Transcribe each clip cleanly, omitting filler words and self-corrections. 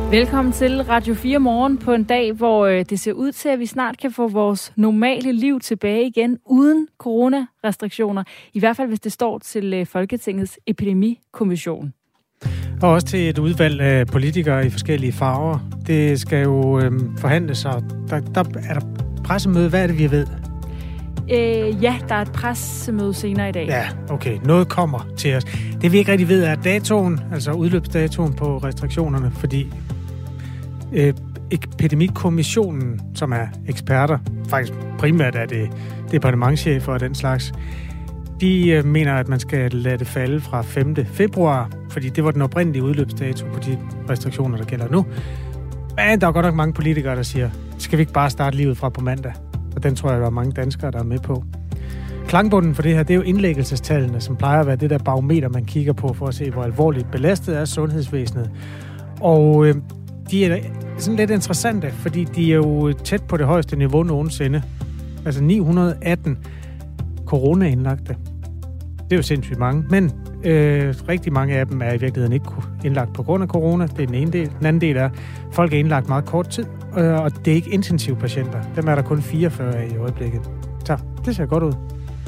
Velkommen til Radio 4 Morgen på en dag, hvor det ser ud til, at vi snart kan få vores normale liv tilbage igen, uden coronarestriktioner. I hvert fald, hvis det står til Folketingets epidemikommission. Og også til et udvalg af politikere i forskellige farver. Det skal jo forhandles, og der er der pressemøde. Hvad er det, vi ved? Ja, der er et pressemøde senere i dag. Ja, okay. Noget kommer til os. Det vi ikke rigtig ved er datoen, altså udløbsdatoen på restriktionerne, fordi epidemikommissionen, som er eksperter, faktisk primært er det departementschefer og den slags, de mener, at man skal lade det falde fra 5. februar, fordi det var den oprindelige udløbsdato på de restriktioner, der gælder nu. Men der er godt nok mange politikere, der siger, skal vi ikke bare starte livet fra på mandag? Og den tror jeg, der er mange danskere, der er med på. Klangbunden for det her, det er jo indlæggelsestallene, som plejer at være det der barometer, man kigger på for at se, hvor alvorligt belastet er sundhedsvæsenet. Og de er sådan lidt interessante, fordi de er jo tæt på det højeste niveau nogensinde. Altså 918 corona-indlagte. Det er jo sindssygt mange, men rigtig mange af dem er i virkeligheden ikke indlagt på grund af corona. Det er den ene del. Den anden del er, folk er indlagt meget kort tid, og det er ikke intensive patienter. Dem er der kun 44 af i øjeblikket. Så det ser godt ud.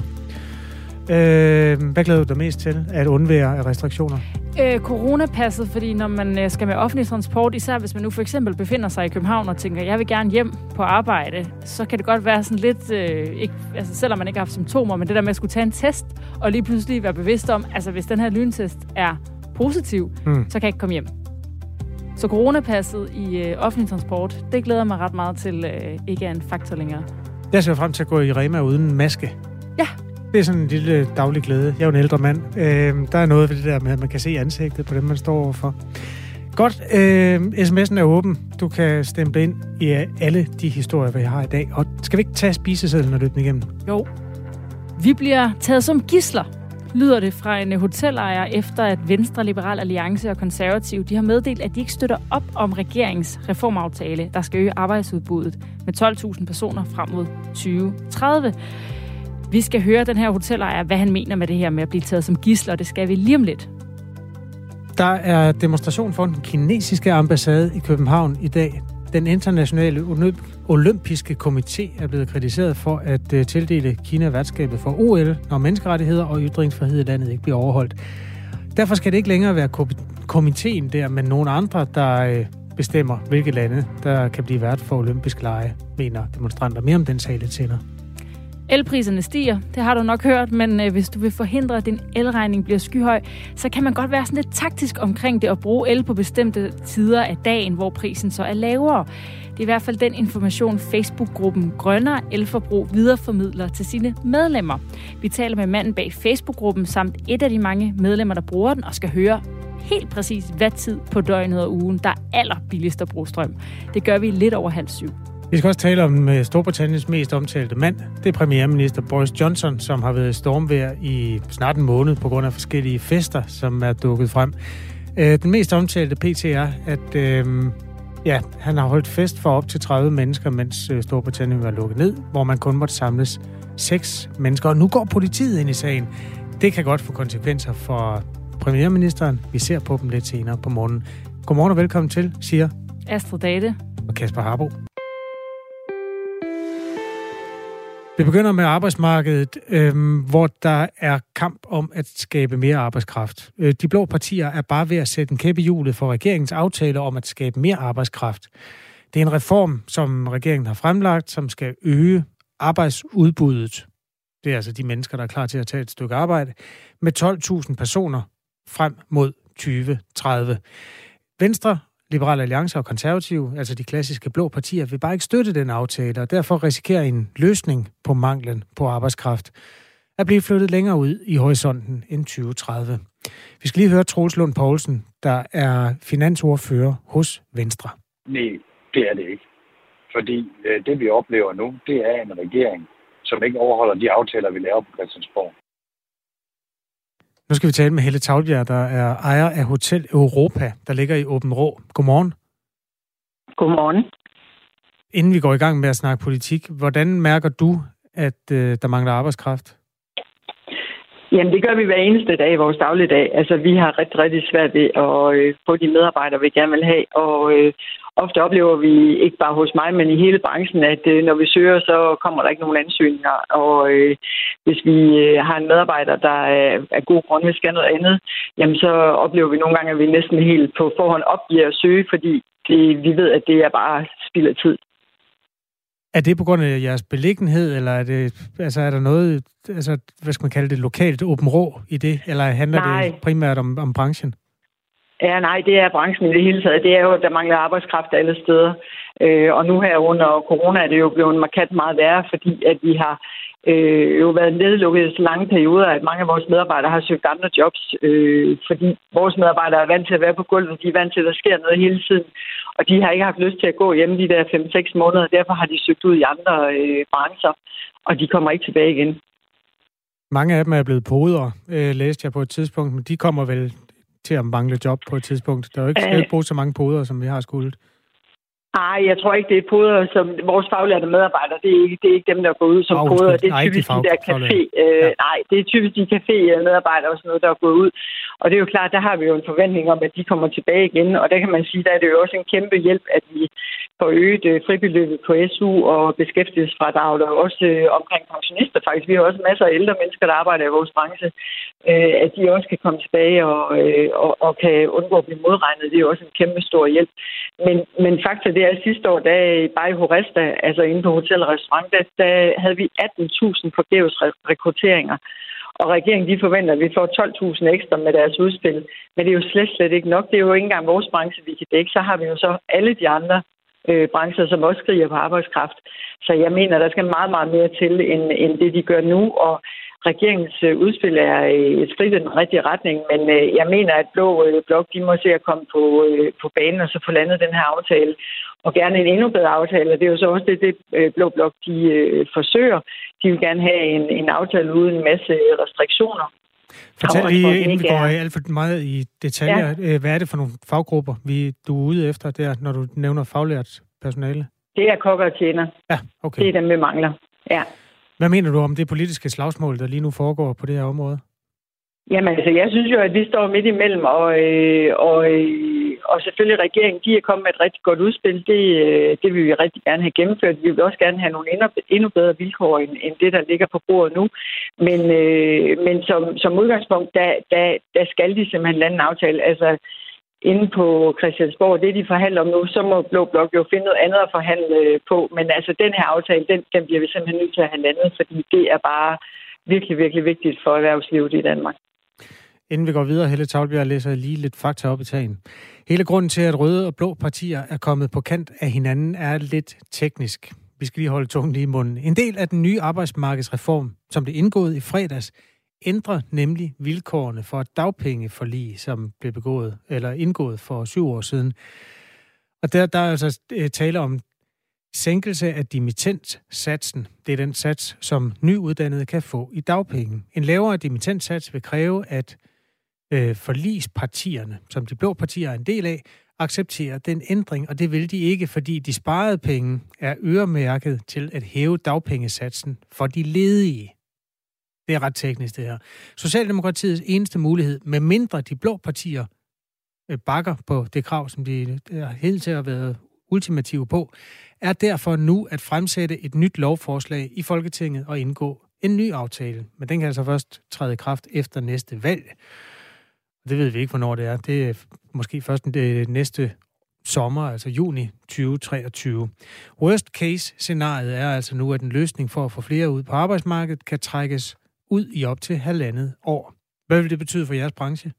Hvad glæder du dig mest til at undvære af restriktioner? Coronapasset, fordi når man skal med offentlig transport, især hvis man nu for eksempel befinder sig i København og tænker, jeg vil gerne hjem på arbejde, så kan det godt være sådan lidt, selvom man ikke har haft symptomer, men det der med at skulle tage en test, og lige pludselig være bevidst om, altså hvis den her lyntest er positiv, så kan jeg ikke komme hjem. Så coronapasset i offentlig transport, det glæder mig ret meget til ikke er en faktor længere. Jeg ser frem til at gå i Rema uden maske. Ja. Det er sådan en lille daglig glæde. Jeg er jo en ældre mand. Der er noget ved det der med, at man kan se ansigtet på dem, man står overfor. Godt. SMS'en er åben. Du kan stemple ind i alle de historier, vi har i dag. Og skal vi ikke tage spisesedlen og løbe den igennem? Jo. Vi bliver taget som gidsler, lyder det fra en hotelejer, efter at Venstre, Liberal Alliance og Konservative, de har meddelt, at de ikke støtter op om regeringens reformaftale, der skal øge arbejdsudbuddet med 12.000 personer frem mod 2030. Vi skal høre den her hotelejer, hvad han mener med det her med at blive taget som gidsler, og det skal vi lige om lidt. Der er demonstration for den kinesiske ambassade i København i dag. Den internationale olympiske komité er blevet kritiseret for at tildele Kina værtskabet for OL, når menneskerettigheder og ytringsfrihed i landet ikke bliver overholdt. Derfor skal det ikke længere være komiteen der, men nogle andre, der bestemmer, hvilke lande, der kan blive vært for olympisk lege, mener demonstranter. Mere om den sag lidt senere. Elpriserne stiger, det har du nok hørt, men hvis du vil forhindre, at din elregning bliver skyhøj, så kan man godt være sådan lidt taktisk omkring det og bruge el på bestemte tider af dagen, hvor prisen så er lavere. Det er i hvert fald den information, Facebook-gruppen Grønnere Elforbrug videreformidler til sine medlemmer. Vi taler med manden bag Facebook-gruppen samt et af de mange medlemmer, der bruger den og skal høre helt præcis, hvad tid på døgnet og ugen, der er allerbilligst at bruge strøm. Det gør vi lidt over 6:30. Vi skal også tale om Storbritanniens mest omtalte mand. Det er premierminister Boris Johnson, som har været i stormvejr i snart en måned på grund af forskellige fester, som er dukket frem. Den mest omtalte PT er, at han har holdt fest for op til 30 mennesker, mens Storbritannien var lukket ned, hvor man kun måtte samles 6 mennesker. Og nu går politiet ind i sagen. Det kan godt få konsekvenser for premierministeren. Vi ser på dem lidt senere på morgenen. Godmorgen og velkommen til, siger Astrid Date og Kasper Harbo. Vi begynder med arbejdsmarkedet, hvor der er kamp om at skabe mere arbejdskraft. De blå partier er bare ved at sætte en kæp i hjulet for regeringens aftale om at skabe mere arbejdskraft. Det er en reform, som regeringen har fremlagt, som skal øge arbejdsudbuddet. Det er altså de mennesker, der er klar til at tage et stykke arbejde, med 12.000 personer frem mod 2030. Venstre, Liberal Alliance og Konservative, altså de klassiske blå partier, vil bare ikke støtte den aftale, og derfor risikerer en løsning på manglen på arbejdskraft at blive flyttet længere ud i horisonten end 2030. Vi skal lige høre Troels Lund Poulsen, der er finansordfører hos Venstre. Nej, det er det ikke. Fordi det vi oplever nu, det er en regering, som ikke overholder de aftaler, vi laver på Christiansborg. Nu skal vi tale med Helle Tavlbjerg, der er ejer af Hotel Europa, der ligger i Aabenraa. Godmorgen. Godmorgen. Inden vi går i gang med at snakke politik, hvordan mærker du, at der mangler arbejdskraft? Jamen, det gør vi hver eneste dag i vores dagligdag. Altså, vi har rigtig, rigtig svært ved at få de medarbejdere, vi gerne vil have. Og ofte oplever vi, ikke bare hos mig, men i hele branchen, at når vi søger, så kommer der ikke nogen ansøgninger. Og hvis vi har en medarbejder, der af god grund vil skal noget andet, jamen så oplever vi nogle gange, at vi næsten helt på forhånd opgiver at søge, fordi vi ved, at det er bare spild af tid. Er det på grund af jeres beliggenhed, eller er der noget, hvad skal man kalde det, lokalt åben rå i det, eller handler det primært om branchen? Ja, nej, det er branchen i det hele taget. Det er jo, at der mangler arbejdskraft alle steder. Og nu her under corona er det jo blevet markant meget værre, fordi at vi har jo været nedlukket så lange perioder, at mange af vores medarbejdere har søgt andre jobs, fordi vores medarbejdere er vant til at være på gulvet, de er vant til, at der sker noget hele tiden, og de har ikke haft lyst til at gå hjemme de der 5-6 måneder, derfor har de søgt ud i andre brancher, og de kommer ikke tilbage igen. Mange af dem er blevet podere, læste jeg på et tidspunkt, men de kommer vel til at mangle job på et tidspunkt. Der er jo ikke brugt så mange podere, som vi har skuldet. Nej, jeg tror ikke, det er podere, som vores faglærte medarbejdere. Det er ikke dem, der går ud som podere. Det er typisk de der café. Nej, det er typisk de café-medarbejdere og sådan noget, der er gået ud. Og det er jo klart, der har vi jo en forventning om, at de kommer tilbage igen. Og der kan man sige, der er det jo også en kæmpe hjælp, at vi får øget fribeløbet på SU og beskæftigelsesfradraget, og også omkring pensionister faktisk. Vi har også masser af ældre mennesker, der arbejder i vores branche, at de også kan komme tilbage og kan undgå at blive modregnet. Det er jo også en kæmpe stor hjælp. Men faktisk det er sidste år, bare i Horesta, altså inde på hotel og restaurant, der havde vi 18.000 forgæves rekrutteringer. Og regeringen, de forventer, at vi får 12.000 ekstra med deres udspil. Men det er jo slet ikke nok. Det er jo ikke engang vores branche, vi kan dække. Så har vi jo så alle de andre brancher, som også skriger på arbejdskraft. Så jeg mener, der skal meget, meget mere til, end det, de gør nu. Og regeringens udspil er et skridt i den rigtige retning, men jeg mener, at Blå Blok, de må se at komme på banen og så få landet den her aftale. Og gerne en endnu bedre aftale, og det er jo så også det Blå Blok, de forsøger. De vil gerne have en aftale uden en masse restriktioner. Fortæl lige, inden vi går alt for meget i detaljer, hvad er det for nogle faggrupper, du er ude efter der, når du nævner faglært personale? Det er kokker og tjener. Ja, okay. Det er dem, vi mangler. Ja. Hvad mener du om det politiske slagsmål, der lige nu foregår på det her område? Jamen altså, jeg synes jo, at vi står midt imellem, og selvfølgelig regeringen, de er kommet med et rigtig godt udspil. Det vil vi rigtig gerne have gennemført. Vi vil også gerne have nogle endnu bedre vilkår, end det, der ligger på bordet nu. Men som udgangspunkt, der skal de simpelthen lande en aftale. Altså, inde på Christiansborg, det de forhandler om nu, så må Blå Blok jo finde noget andet at forhandle på. Men altså, den her aftale, den bliver vi simpelthen nødt til at have landet, fordi det er bare virkelig, virkelig vigtigt for erhvervslivet i Danmark. Inden vi går videre, Helle Tavlbjerg, læser jeg lige lidt fakta op i tagen. Hele grunden til, at røde og blå partier er kommet på kant af hinanden, er lidt teknisk. Vi skal lige holde tungen lige i munden. En del af den nye arbejdsmarkedsreform, som blev indgået i fredags, ændrer nemlig vilkårene for et dagpengeforlig, som blev indgået for 7 år siden. Og der er altså tale om sænkelse af dimittentsatsen. Det er den sats, som nyuddannede kan få i dagpenge. En lavere dimittentsats vil kræve, at forligspartierne, som de blå partier er en del af, accepterer den ændring, og det vil de ikke, fordi de sparede penge er øremærket til at hæve dagpengesatsen for de ledige. Det er ret teknisk, det her. Socialdemokratiets eneste mulighed, med mindre de blå partier bakker på det krav, som de hele tiden har været ultimative på, er derfor nu at fremsætte et nyt lovforslag i Folketinget og indgå en ny aftale. Men den kan altså først træde i kraft efter næste valg. Det ved vi ikke, hvornår det er. Det er måske først det næste sommer, altså juni 2023. Worst case scenariet er altså nu, at en løsning for at få flere ud på arbejdsmarkedet kan trækkes ud i op til 1,5 år. Hvad vil det betyde for jeres branche?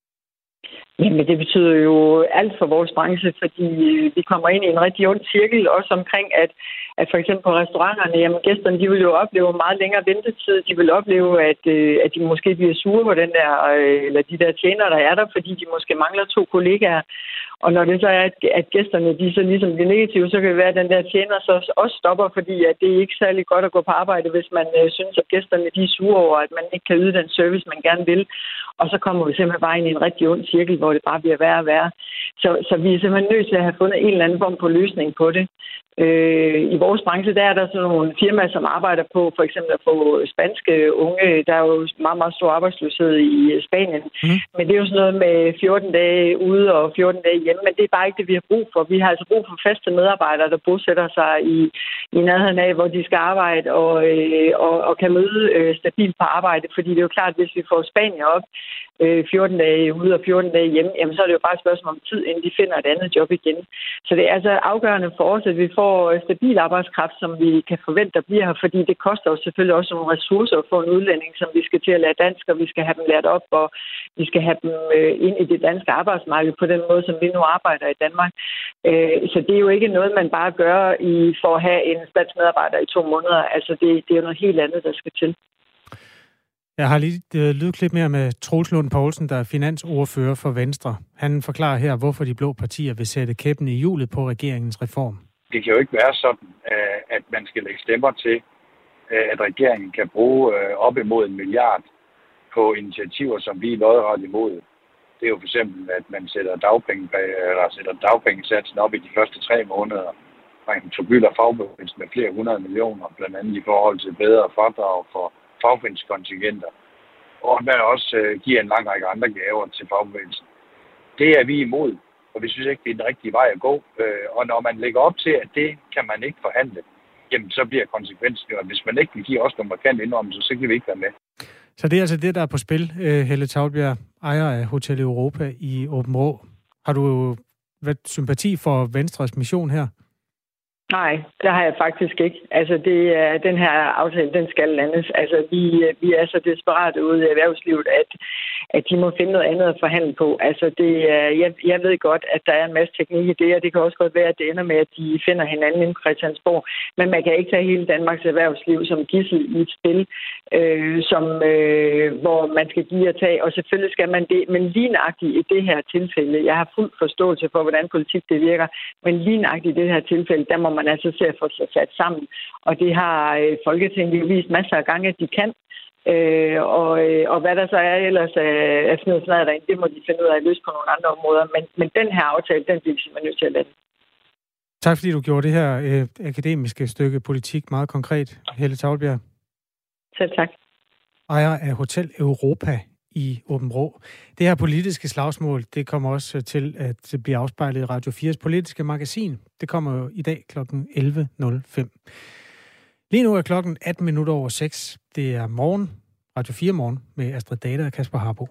Jamen, det betyder jo alt for vores branche, fordi vi kommer ind i en rigtig ond cirkel, også omkring, at for eksempel på restauranterne, jamen gæsterne, de vil jo opleve meget længere ventetid. De vil opleve, at de måske bliver sure på den der, eller de der tjenere, der er der, fordi de måske mangler 2 kollegaer. Og når det så er, at gæsterne, de så ligesom bliver negative, så kan det være, at den der tjener så også stopper, fordi at det er ikke særlig godt at gå på arbejde, hvis man synes, at gæsterne, de er sure over, at man ikke kan yde den service, man gerne vil. og så kommer vi simpelthen bare ind i en rigtig ond cirkel, hvor det bare bliver værre og værre. Så vi er simpelthen nødt til at have fundet en eller anden form på løsning på det. I vores branche, der er der sådan nogle firmaer, som arbejder på for eksempel at få spanske unge. Der er jo meget, meget stor arbejdsløshed i Spanien. Men det er jo sådan noget med 14 dage ude og 14 dage hjemme. Men det er bare ikke det, vi har brug for. Vi har altså brug for faste medarbejdere, der bosætter sig i nærheden af, hvor de skal arbejde og kan møde stabilt på arbejde. Fordi det er jo klart, at hvis vi får Spanien op 14 dage ude og 14 dage hjemme, jamen så er det jo bare et spørgsmål om tid, inden de finder et andet job igen. Så det er altså afgørende for os, at vi får stabil arbejdskraft, som vi kan forvente, der bliver her, fordi det koster jo selvfølgelig også nogle ressourcer at få en udlænding, som vi skal til at lære dansk, og vi skal have dem lært op, og vi skal have dem ind i det danske arbejdsmarked på den måde, som vi nu arbejder i Danmark. Så det er jo ikke noget, man bare gør for at have en statsmedarbejder i 2 måneder. Altså det er jo noget helt andet, der skal til. Jeg har lige et lydklip mere med Troels Lund Poulsen, der er finansordfører for Venstre. Han forklarer her, hvorfor de blå partier vil sætte kæppen i hjulet på regeringens reform. Det kan jo ikke være sådan, at man skal lægge stemmer til, at regeringen kan bruge op imod 1 milliard på initiativer, som vi er lodret imod. Det er jo for eksempel, at man sætter dagpengesatsen op i de første 3 måneder. Man forbyder fagbevægelsen med flere 100 millioner, blandt andet i forhold til bedre fradrag for fagforeningskontingenter, og man også giver en lang række andre gaver til fagbevægelsen. Det er vi imod, og vi synes ikke, det er den rigtige vej at gå. Og når man lægger op til, at det kan man ikke forhandle, jamen så bliver konsekvensen jo, at hvis man ikke vil give os nogle markante indrømmelser, så kan vi ikke være med. Så det er altså det, der er på spil, Helle Tauldbjerg, ejer af Hotel Europa i Aabenraa. Har du været sympati for Venstres mission her? Nej, det har jeg faktisk ikke. Altså, den her aftale, den skal landes. Altså, vi er så desperate ude i erhvervslivet, at de må finde noget andet at forhandle på. Altså, jeg ved godt, at der er en masse teknik i det, og det kan også godt være, at det ender med, at de finder hinanden inden Christiansborg. Men man kan ikke tage hele Danmarks erhvervsliv som gidsel i et spil, hvor man skal give og tage. Og selvfølgelig skal man det, men lige nøjagtigt i det her tilfælde, jeg har fuld forståelse for, hvordan politik det virker, men lige nøjagtigt i det her tilfælde, der må man altså se at få sig sat sammen. Og det har Folketinget jo vist masser af gange, at de kan. Og hvad der så er ellers af snedslaget derinde, det må de finde ud af at løse på nogle andre områder. Men den her aftale, den bliver vi simpelthen nødt til at lade. Tak fordi du gjorde det her akademiske stykke politik meget konkret, Helle Tauldbjerg. Selv tak. Ejer af Hotel Europa i Aabenraa. Det her politiske slagsmål, det kommer også til at blive afspejlet i Radio 4's politiske magasin. Det kommer jo i dag kl. 11.05. Lige nu er klokken 6:18. Det er morgen, Radio 4 morgen, med Astrid Data og Kasper Harbo.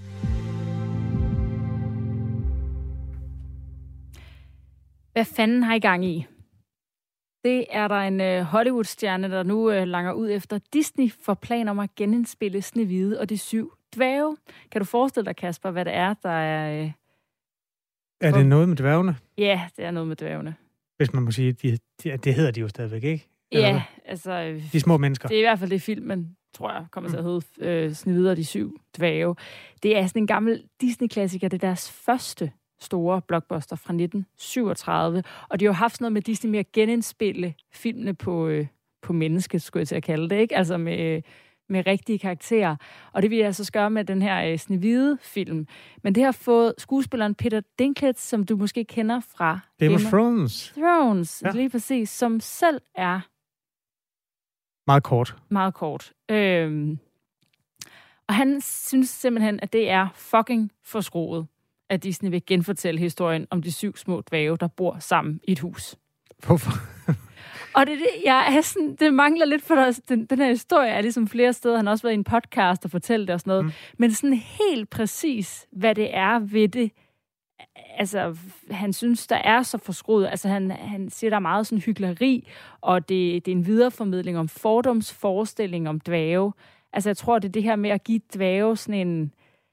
Hvad fanden har I gang i? Det er der en Hollywood-stjerne, der nu langer ud efter. Disney får planer om at genindspille Snehvide og de 7 dværge. Kan du forestille dig, Kasper, hvad det er, der er... Er det noget med dværgene? Ja, det er noget med dværgene. Hvis man må sige, det hedder de jo stadigvæk, ikke? Eller ja, hvad? altså... De små mennesker. Det er i hvert fald det filmen, tror jeg, kommer til at hedde Snehvide og de 7 dværge. Det er sådan en gammel Disney-klassiker. Det er deres første store blockbuster fra 1937. Og de har jo haft sådan noget med Disney med at genindspille filmene på mennesket, skulle jeg til at kalde det, ikke? Altså med rigtige karakterer. Og det vil jeg altså gøre med den her Snehvide-film. Men det har fået skuespilleren Peter Dinklage, som du måske kender fra Game of Thrones. Ja. Lige præcis, som selv er meget kort. Og han synes simpelthen, at det er fucking forskroet, at Disney vil genfortælle historien om de 7 små dværge, der bor sammen i et hus. Hvorfor? Og det mangler lidt for dig. Den her historie er ligesom flere steder. Han har også været i en podcast og fortælle det og sådan noget. Men sådan helt præcis, hvad det er ved det, altså, han synes, der er så forskruet. Altså, han siger, der er meget sådan hykleri, og det er en videreformidling om fordomsforestilling om dværge. Altså, jeg tror, det er det her med at give dværge sådan en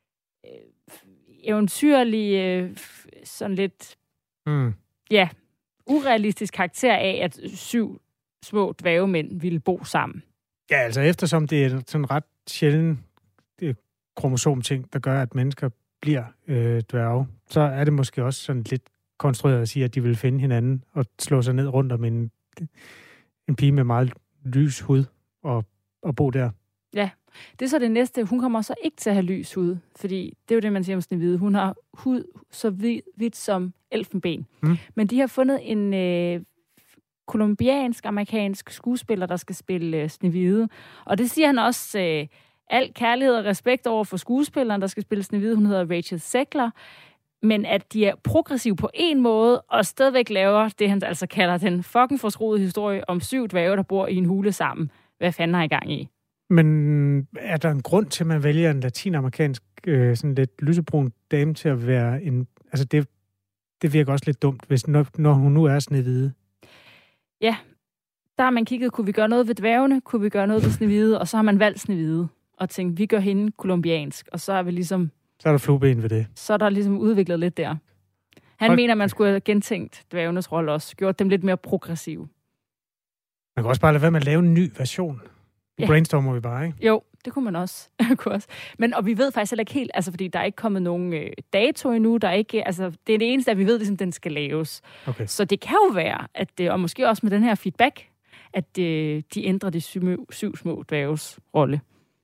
eventyrlig, sådan lidt, urealistisk karakter af, at 7 små dværgemænd ville bo sammen. Ja, altså eftersom det er sådan ret sjælden kromosomting, der gør, at mennesker bliver dværge, så er det måske også sådan lidt konstrueret at sige, at de vil finde hinanden og slå sig ned rundt om en pige med meget lys hud og bo der. Ja, Det er så det næste. Hun kommer så ikke til at have lys hud, fordi det er jo det, man siger om Snehvide. Hun har hud så hvidt som elfenben. Men de har fundet en kolumbiansk-amerikansk skuespiller, der skal spille Snehvide. Og det siger han også al kærlighed og respekt over for skuespilleren, der skal spille Snehvide. Hun hedder Rachel Zegler. Men at de er progressive på en måde, og stadigvæk laver det, han altså kalder den fucking forskruede historie om 7 dværge, der bor i en hule sammen. Hvad fanden har I gang i? Men er der en grund til, at man vælger en latinamerikansk, sådan lidt lysebrun dame til at være en... Altså, det virker også lidt dumt, hvis, når hun nu er Snehvide. Ja, der har man kigget, kunne vi gøre noget ved dværgene, kunne vi gøre noget ved Snehvide, og så har man valgt Snehvide og tænkt, vi gør hende kolumbiansk, og så er vi ligesom... Så er der flueben ved det. Så er der ligesom udviklet lidt der. Han mener, man skulle have gentænkt dværgenes rolle også, gjort dem lidt mere progressive. Man kan også bare lade være med at lave en ny version. Ja. Brainstormer vi bare, ikke? Jo, det kunne man også. Men, og vi ved faktisk heller ikke helt, altså fordi der er ikke kommet nogen dato endnu, der er ikke, altså det er det eneste, at vi ved, ligesom den skal laves. Okay. Så det kan jo være, at, og måske også med den her feedback, at de ændrer de 7 små dværges rolle.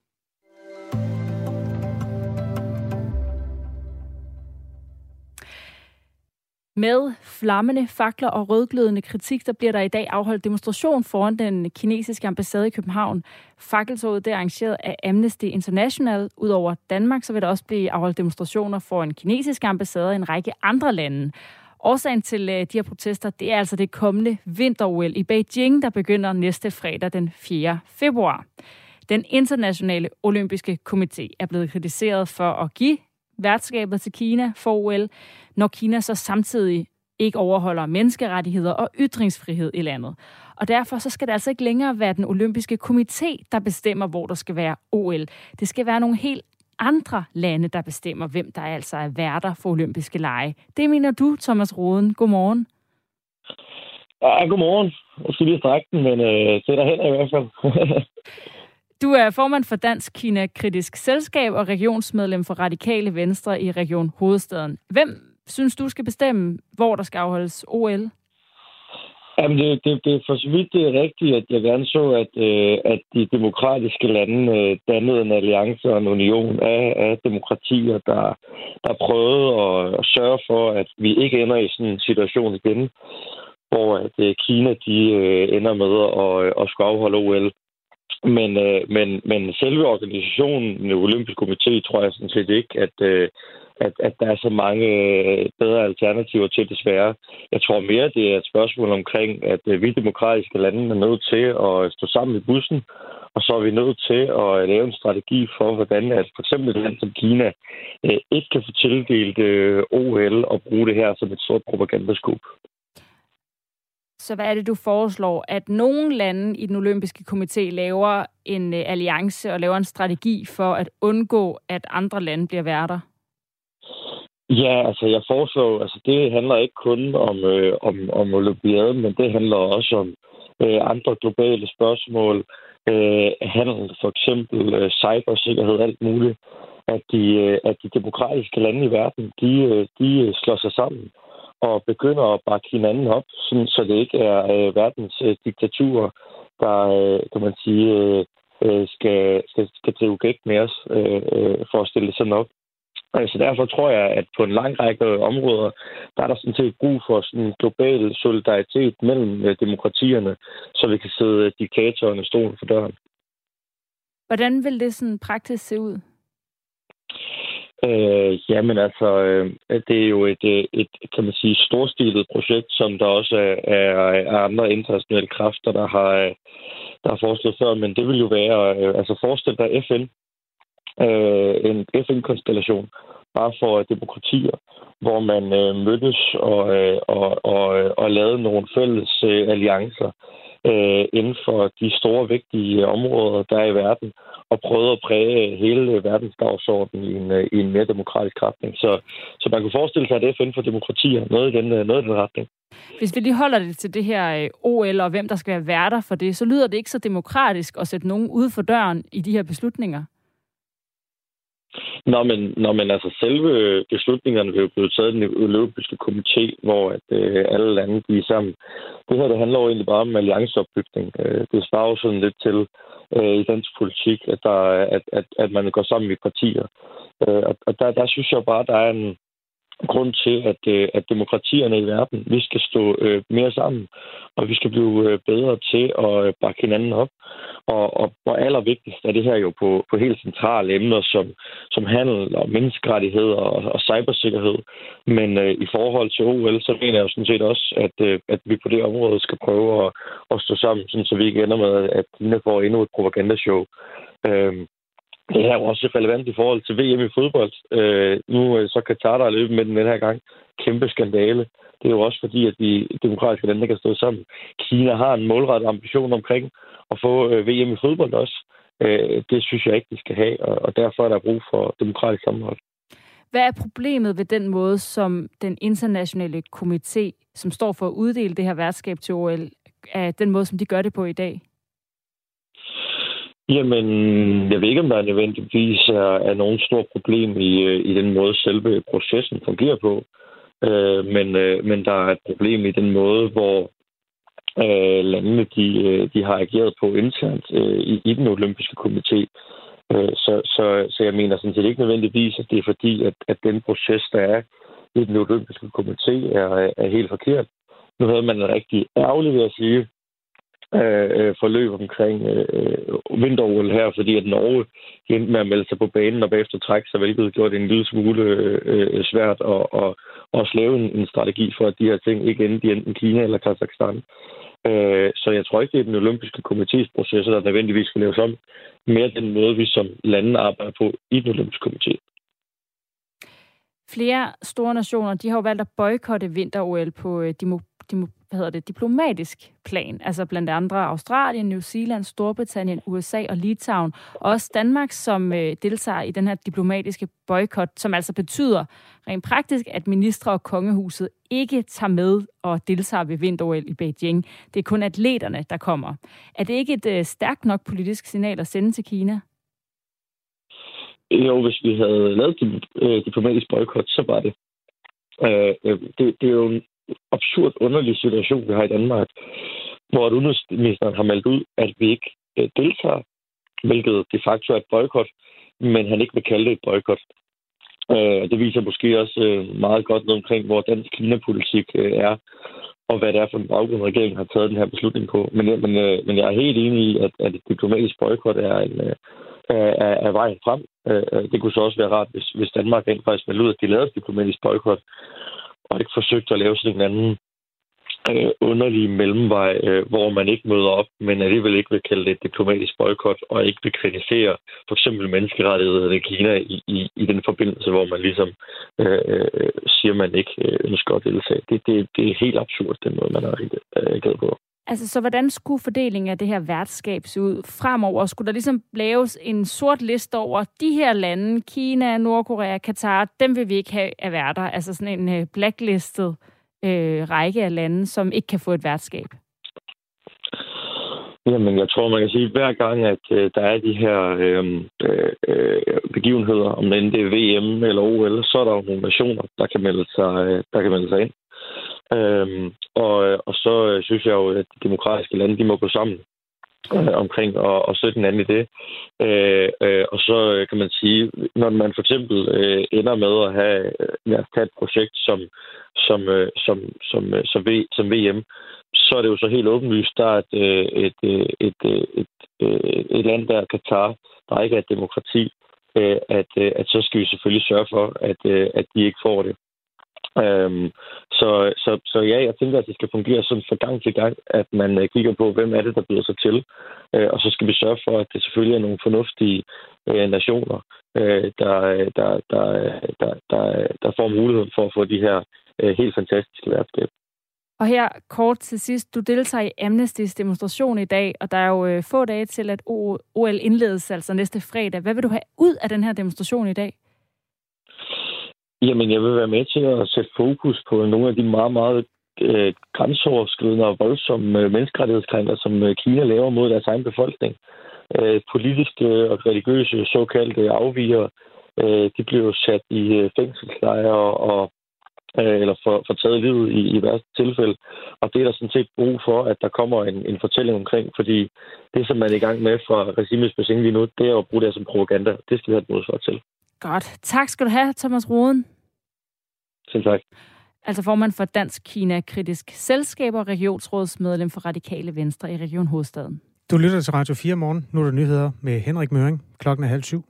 Med flammende fakler og rødglødende kritik, der bliver der i dag afholdt demonstration foran den kinesiske ambassade i København. Fakkeltoget er arrangeret af Amnesty International. Udover Danmark, så vil der også blive afholdt demonstrationer foran kinesiske ambassader i en række andre lande. Årsagen til de her protester, det er altså det kommende vinter-OL i Beijing, der begynder næste fredag den 4. februar. Den internationale olympiske komité er blevet kritiseret for at give værtskabet til Kina for OL, når Kina så samtidig ikke overholder menneskerettigheder og ytringsfrihed i landet. Og derfor så skal det altså ikke længere være den olympiske komité, der bestemmer, hvor der skal være OL. Det skal være nogle helt andre lande, der bestemmer, hvem der altså er værter for olympiske lege. Det mener du, Thomas Roden. Godmorgen. Ja, godmorgen. Jeg skal lige strække den, men det er derhen i hvert fald. Du er formand for Dansk Kina-kritisk Selskab og regionsmedlem for Radikale Venstre i Region Hovedstaden. Hvem synes du skal bestemme, hvor der skal afholdes OL? Jamen, det for så vidt det er rigtigt, at jeg gerne så, at de demokratiske lande dannede en alliance og en union af demokratier, der prøvede at sørge for, at vi ikke ender i sådan en situation igen, hvor at Kina de ender med at skulle afholde OL. Men selve organisationen, den olympiske komité, tror jeg sådan set ikke, at der er så mange bedre alternativer til, desværre. Jeg tror mere, det er et spørgsmål omkring, at vi demokratiske lande er nødt til at stå sammen i bussen, og så er vi nødt til at lave en strategi for, hvordan at for eksempel et land som Kina ikke kan få tildelt OL og bruge det her som et stort propagandaskub. Så hvad er det, du foreslår? At nogle lande i den olympiske komité laver en alliance og laver en strategi for at undgå, at andre lande bliver værter? Ja, altså jeg foreslår, altså det handler ikke kun om olympiaden, men det handler også om andre globale spørgsmål. Handel, for eksempel cybersikkerhed, alt muligt. At de demokratiske lande i verden, de slår sig sammen og begynder at bakke hinanden op, så det ikke er verdens diktaturer, der, kan man sige, skal drive gæk med os for at stille det sådan op. Altså derfor tror jeg, at på en lang række områder, der er der sådan set brug for sådan en global solidaritet mellem demokratierne, så vi kan sidde diktatorerne stolen for døren. Hvordan vil det sådan praktisk se ud? Jamen altså, det er jo et kan man sige, storstilet projekt, som der også er andre internationale kræfter, der har foreslået før, men det vil jo være, altså forestil dig FN, en FN-konstellation, bare for demokratier, hvor man mødtes og lavede nogle fælles alliancer inden for de store, vigtige områder, der er i verden, og prøvede at præge hele verdensdagsordenen i en mere demokratisk retning. Så man kunne forestille sig, at FN for demokratier, noget i den retning. Hvis vi lige holder det til det her OL, og hvem der skal være værter for det, så lyder det ikke så demokratisk at sætte nogen ude for døren i de her beslutninger. Når man altså selve beslutningerne vil jo blive taget i den olympiske komité, hvor at, alle lande bliver sammen. Det her, det handler jo egentlig bare om allianceopbygning. Det svarer jo sådan lidt til i dansk politik, at man går sammen i partier. Og der synes jeg bare, der er en grund til, at demokratierne i verden, vi skal stå mere sammen, og vi skal blive bedre til at bakke hinanden op. Og allervigtigst er det her jo på helt centrale emner, som handel og menneskerettigheder og cybersikkerhed. Men i forhold til OL, så mener jeg jo sådan set også, at vi på det område skal prøve at stå sammen, sådan, så vi ikke ender med, at Kina får endnu et propagandashow. Det er jo også relevant i forhold til VM i fodbold. Nu så Katar, der er løbet med den her gang. Kæmpe skandale. Det er jo også fordi, at de demokratiske lande kan stå sammen. Kina har en målrettet ambition omkring at få VM i fodbold også. Det synes jeg ikke, de skal have, og derfor er der brug for demokratisk sammenhold. Hvad er problemet ved den måde, som den internationale komité, som står for at uddele det her værtskab til OL, er den måde, som de gør det på i dag? Jamen, jeg ved ikke, om der nødvendigvis er nogen stor problem i den måde, selve processen fungerer på. Men der er et problem i den måde, hvor landene de har ageret på internt i den olympiske komité. Så jeg mener sådan set ikke nødvendigvis, at det er fordi, at den proces, der er i den olympiske komité, er helt forkert. Nu havde man en rigtig ærgerlig ved at sige, forløb omkring vinter-OL her, fordi at Norge endte med at melde sig på banen og bagefter trække sig, hvilket gjorde det en lille smule svært at også lave en strategi for, at de her ting ikke endte i enten Kina eller Kazakhstan. Så jeg tror ikke, det er den olympiske komités processer, der nødvendigvis skal laves om. Mere den måde, vi som lande arbejder på i den olympiske komité. Flere store nationer, de har jo valgt at boykotte vinter-OL på diplomatisk plan. Altså blandt andre Australien, New Zealand, Storbritannien, USA og Litauen. Og også Danmark, som deltager i den her diplomatiske boykot, som altså betyder rent praktisk, at ministre og kongehuset ikke tager med og deltager ved vinter-OL i Beijing. Det er kun atleterne, der kommer. Er det ikke et stærkt nok politisk signal at sende til Kina? Jo, hvis vi havde lavet diplomatisk boykot, så var det. Det er jo en absurd underlig situation, vi har i Danmark, hvor udenrigsministeren har meldt ud, at vi ikke deltager, hvilket de facto er et boykot, men han ikke vil kalde det et boykot. Det viser måske også meget godt noget omkring, hvor dansk Kina-politik er, og hvad det er for en baggrund, regeringen har taget den her beslutning på. Men jeg er helt enig i, at et diplomatisk boykot er vejen frem. Det kunne så også være rart, hvis Danmark rent faktisk meldte ud, at de lavede et diplomatisk boykot, og ikke forsøgte at lave sådan en anden underlig mellemvej, hvor man ikke møder op, men alligevel ikke vil kalde det et diplomatisk boykot, og ikke vil kritisere for eksempel menneskerettighederne i Kina i den forbindelse, hvor man ligesom siger, man ikke ønsker at deltage. Det er helt absurd, den måde, man har reageret på. Altså, så hvordan skulle fordelingen af det her værtskab se ud fremover? Skulle der ligesom laves en sort liste over de her lande, Kina, Nordkorea, Katar, dem vil vi ikke have af værter? Altså sådan en blacklistet række af lande, som ikke kan få et værtskab? Jamen, jeg tror, man kan sige, at hver gang, at der er de her begivenheder, om det er VM eller OL, så er der jo nogle nationer, der kan melde sig ind. Og så synes jeg jo, at de demokratiske lande, de må gå sammen omkring og sætte en anden i det. Og så kan man sige, når man for eksempel ender med at have et projekt som VM, så er det jo så helt åbenlyst, der er et land, der Katar, der ikke er et demokrati, at så skal vi selvfølgelig sørge for, at de ikke får det. Så ja, jeg tænker, at det skal fungere sådan fra gang til gang, at man kigger på, hvem er det, der byder sig til. Og så skal vi sørge for, at det selvfølgelig er nogle fornuftige nationer, der får muligheden for at få de her helt fantastiske værtskab. Og her kort til sidst, du deltager i Amnestys demonstration i dag, og der er jo få dage til, at OL indledes, altså næste fredag. Hvad vil du have ud af den her demonstration i dag? Jamen, jeg vil være med til at sætte fokus på nogle af de meget, meget grænseoverskridende og voldsomme menneskerettighedskrænkelser, som Kina laver mod deres egen befolkning. Politiske og religiøse såkaldte afvigere, de bliver jo sat i fængselslejre eller for taget livet i værste tilfælde. Og det er der sådan set brug for, at der kommer en fortælling omkring, fordi det, som man er i gang med fra regimets bassin lige nu, det er at bruge det som propaganda. Det skal vi have et modsvar til. Godt. Tak skal du have, Thomas Roden. Selv tak. Altså formand for Dansk Kina Kritisk Selskab og regionsrådsmedlem for Radikale Venstre i Region Hovedstaden. Du lytter til Radio 4 morgen. Nu er der nyheder med Henrik Møring. Klokken er 6:30.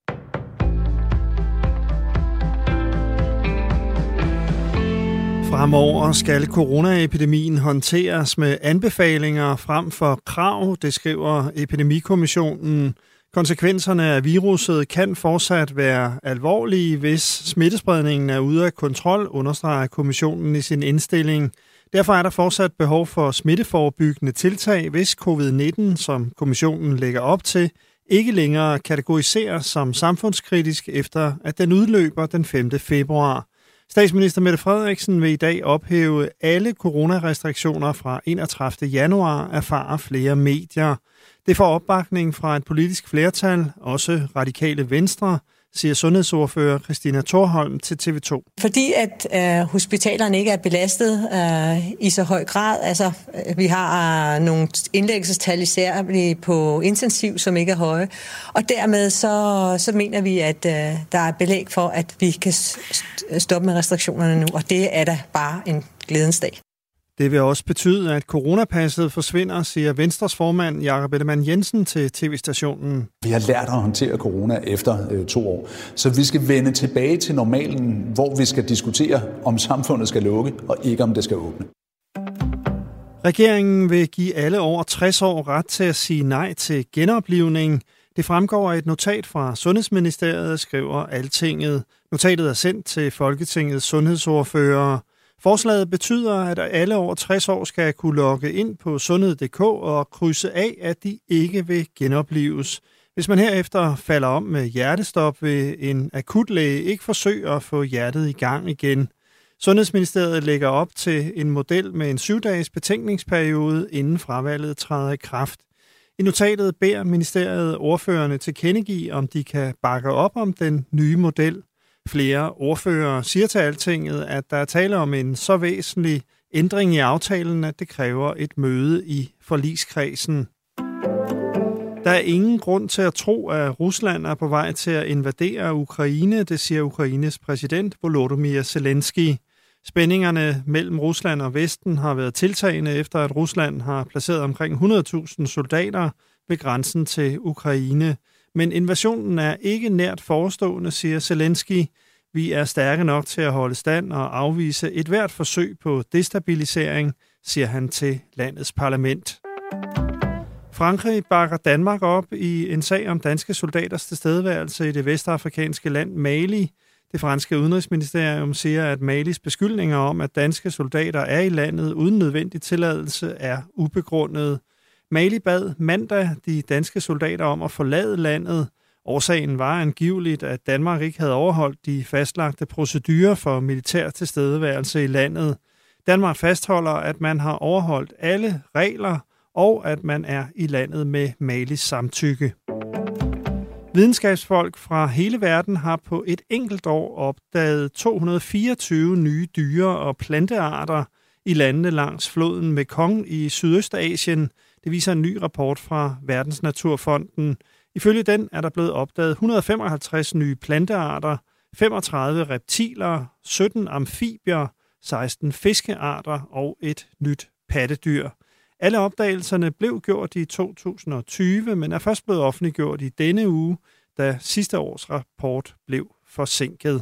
Fremover skal coronaepidemien håndteres med anbefalinger frem for krav, det skriver Epidemikommissionen. Konsekvenserne af viruset kan fortsat være alvorlige, hvis smittespredningen er ude af kontrol, understreger kommissionen i sin indstilling. Derfor er der fortsat behov for smitteforebyggende tiltag, hvis covid-19, som kommissionen lægger op til, ikke længere kategoriseres som samfundskritisk efter, at den udløber den 5. februar. Statsminister Mette Frederiksen vil i dag ophæve alle coronarestriktioner fra 31. januar, erfarer flere medier. Det får opbakning fra et politisk flertal, også Radikale Venstre, siger sundhedsordfører Christina Thorholm til TV2. Fordi at hospitalerne ikke er belastet i så høj grad. Altså, vi har nogle indlæggelsestal især på intensiv, som ikke er høje. Og dermed så mener vi, at der er belæg for, at vi kan stoppe med restriktionerne nu. Og det er da bare en glædens dag. Det vil også betyde, at coronapasset forsvinder, siger Venstres formand Jakob Ellemann-Jensen til tv-stationen. Vi har lært at håndtere corona efter 2 år, så vi skal vende tilbage til normalen, hvor vi skal diskutere, om samfundet skal lukke, og ikke om det skal åbne. Regeringen vil give alle over 60 år ret til at sige nej til genoplivning. Det fremgår af et notat fra Sundhedsministeriet, skriver Altinget. Notatet er sendt til Folketingets sundhedsordførere. Forslaget betyder, at alle over 60 år skal kunne logge ind på sundhed.dk og krydse af, at de ikke vil genoplives. Hvis man herefter falder om med hjertestop, vil en akutlæge ikke forsøge at få hjertet i gang igen. Sundhedsministeriet lægger op til en model med en 7-dages betænkningsperiode, inden fravalget træder i kraft. I notatet beder ministeriet ordførerne tilkendegive, om de kan bakke op om den nye model. Flere ordførere siger til Altinget, at der er tale om en så væsentlig ændring i aftalen, at det kræver et møde i forligskredsen. Der er ingen grund til at tro, at Rusland er på vej til at invadere Ukraine, det siger Ukraines præsident Volodymyr Zelensky. Spændingerne mellem Rusland og Vesten har været tiltagende efter, at Rusland har placeret omkring 100.000 soldater ved grænsen til Ukraine. Men invasionen er ikke nært forestående, siger Zelensky. Vi er stærke nok til at holde stand og afvise et hvert forsøg på destabilisering, siger han til landets parlament. Frankrig bakker Danmark op i en sag om danske soldaters tilstedeværelse i det vestafrikanske land Mali. Det franske udenrigsministerium siger, at Malis beskyldninger om, at danske soldater er i landet uden nødvendig tilladelse, er ubegrundet. Mali bad mandag de danske soldater om at forlade landet. Årsagen var angiveligt, at Danmark ikke havde overholdt de fastlagte procedurer for militær tilstedeværelse i landet. Danmark fastholder, at man har overholdt alle regler, og at man er i landet med Malis samtykke. Videnskabsfolk fra hele verden har på et enkelt år opdaget 224 nye dyre- og plantearter i landene langs floden Mekong i Sydøstasien. Det viser en ny rapport fra Verdensnaturfonden. Ifølge den er der blevet opdaget 155 nye plantearter, 35 reptiler, 17 amfibier, 16 fiskearter og et nyt pattedyr. Alle opdagelserne blev gjort i 2020, men er først blevet offentliggjort i denne uge, da sidste års rapport blev forsinket.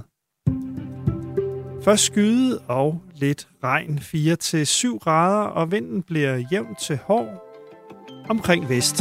Først skyde og lidt regn, 4-7 grader, og vinden bliver jævnt til hård omkring vest.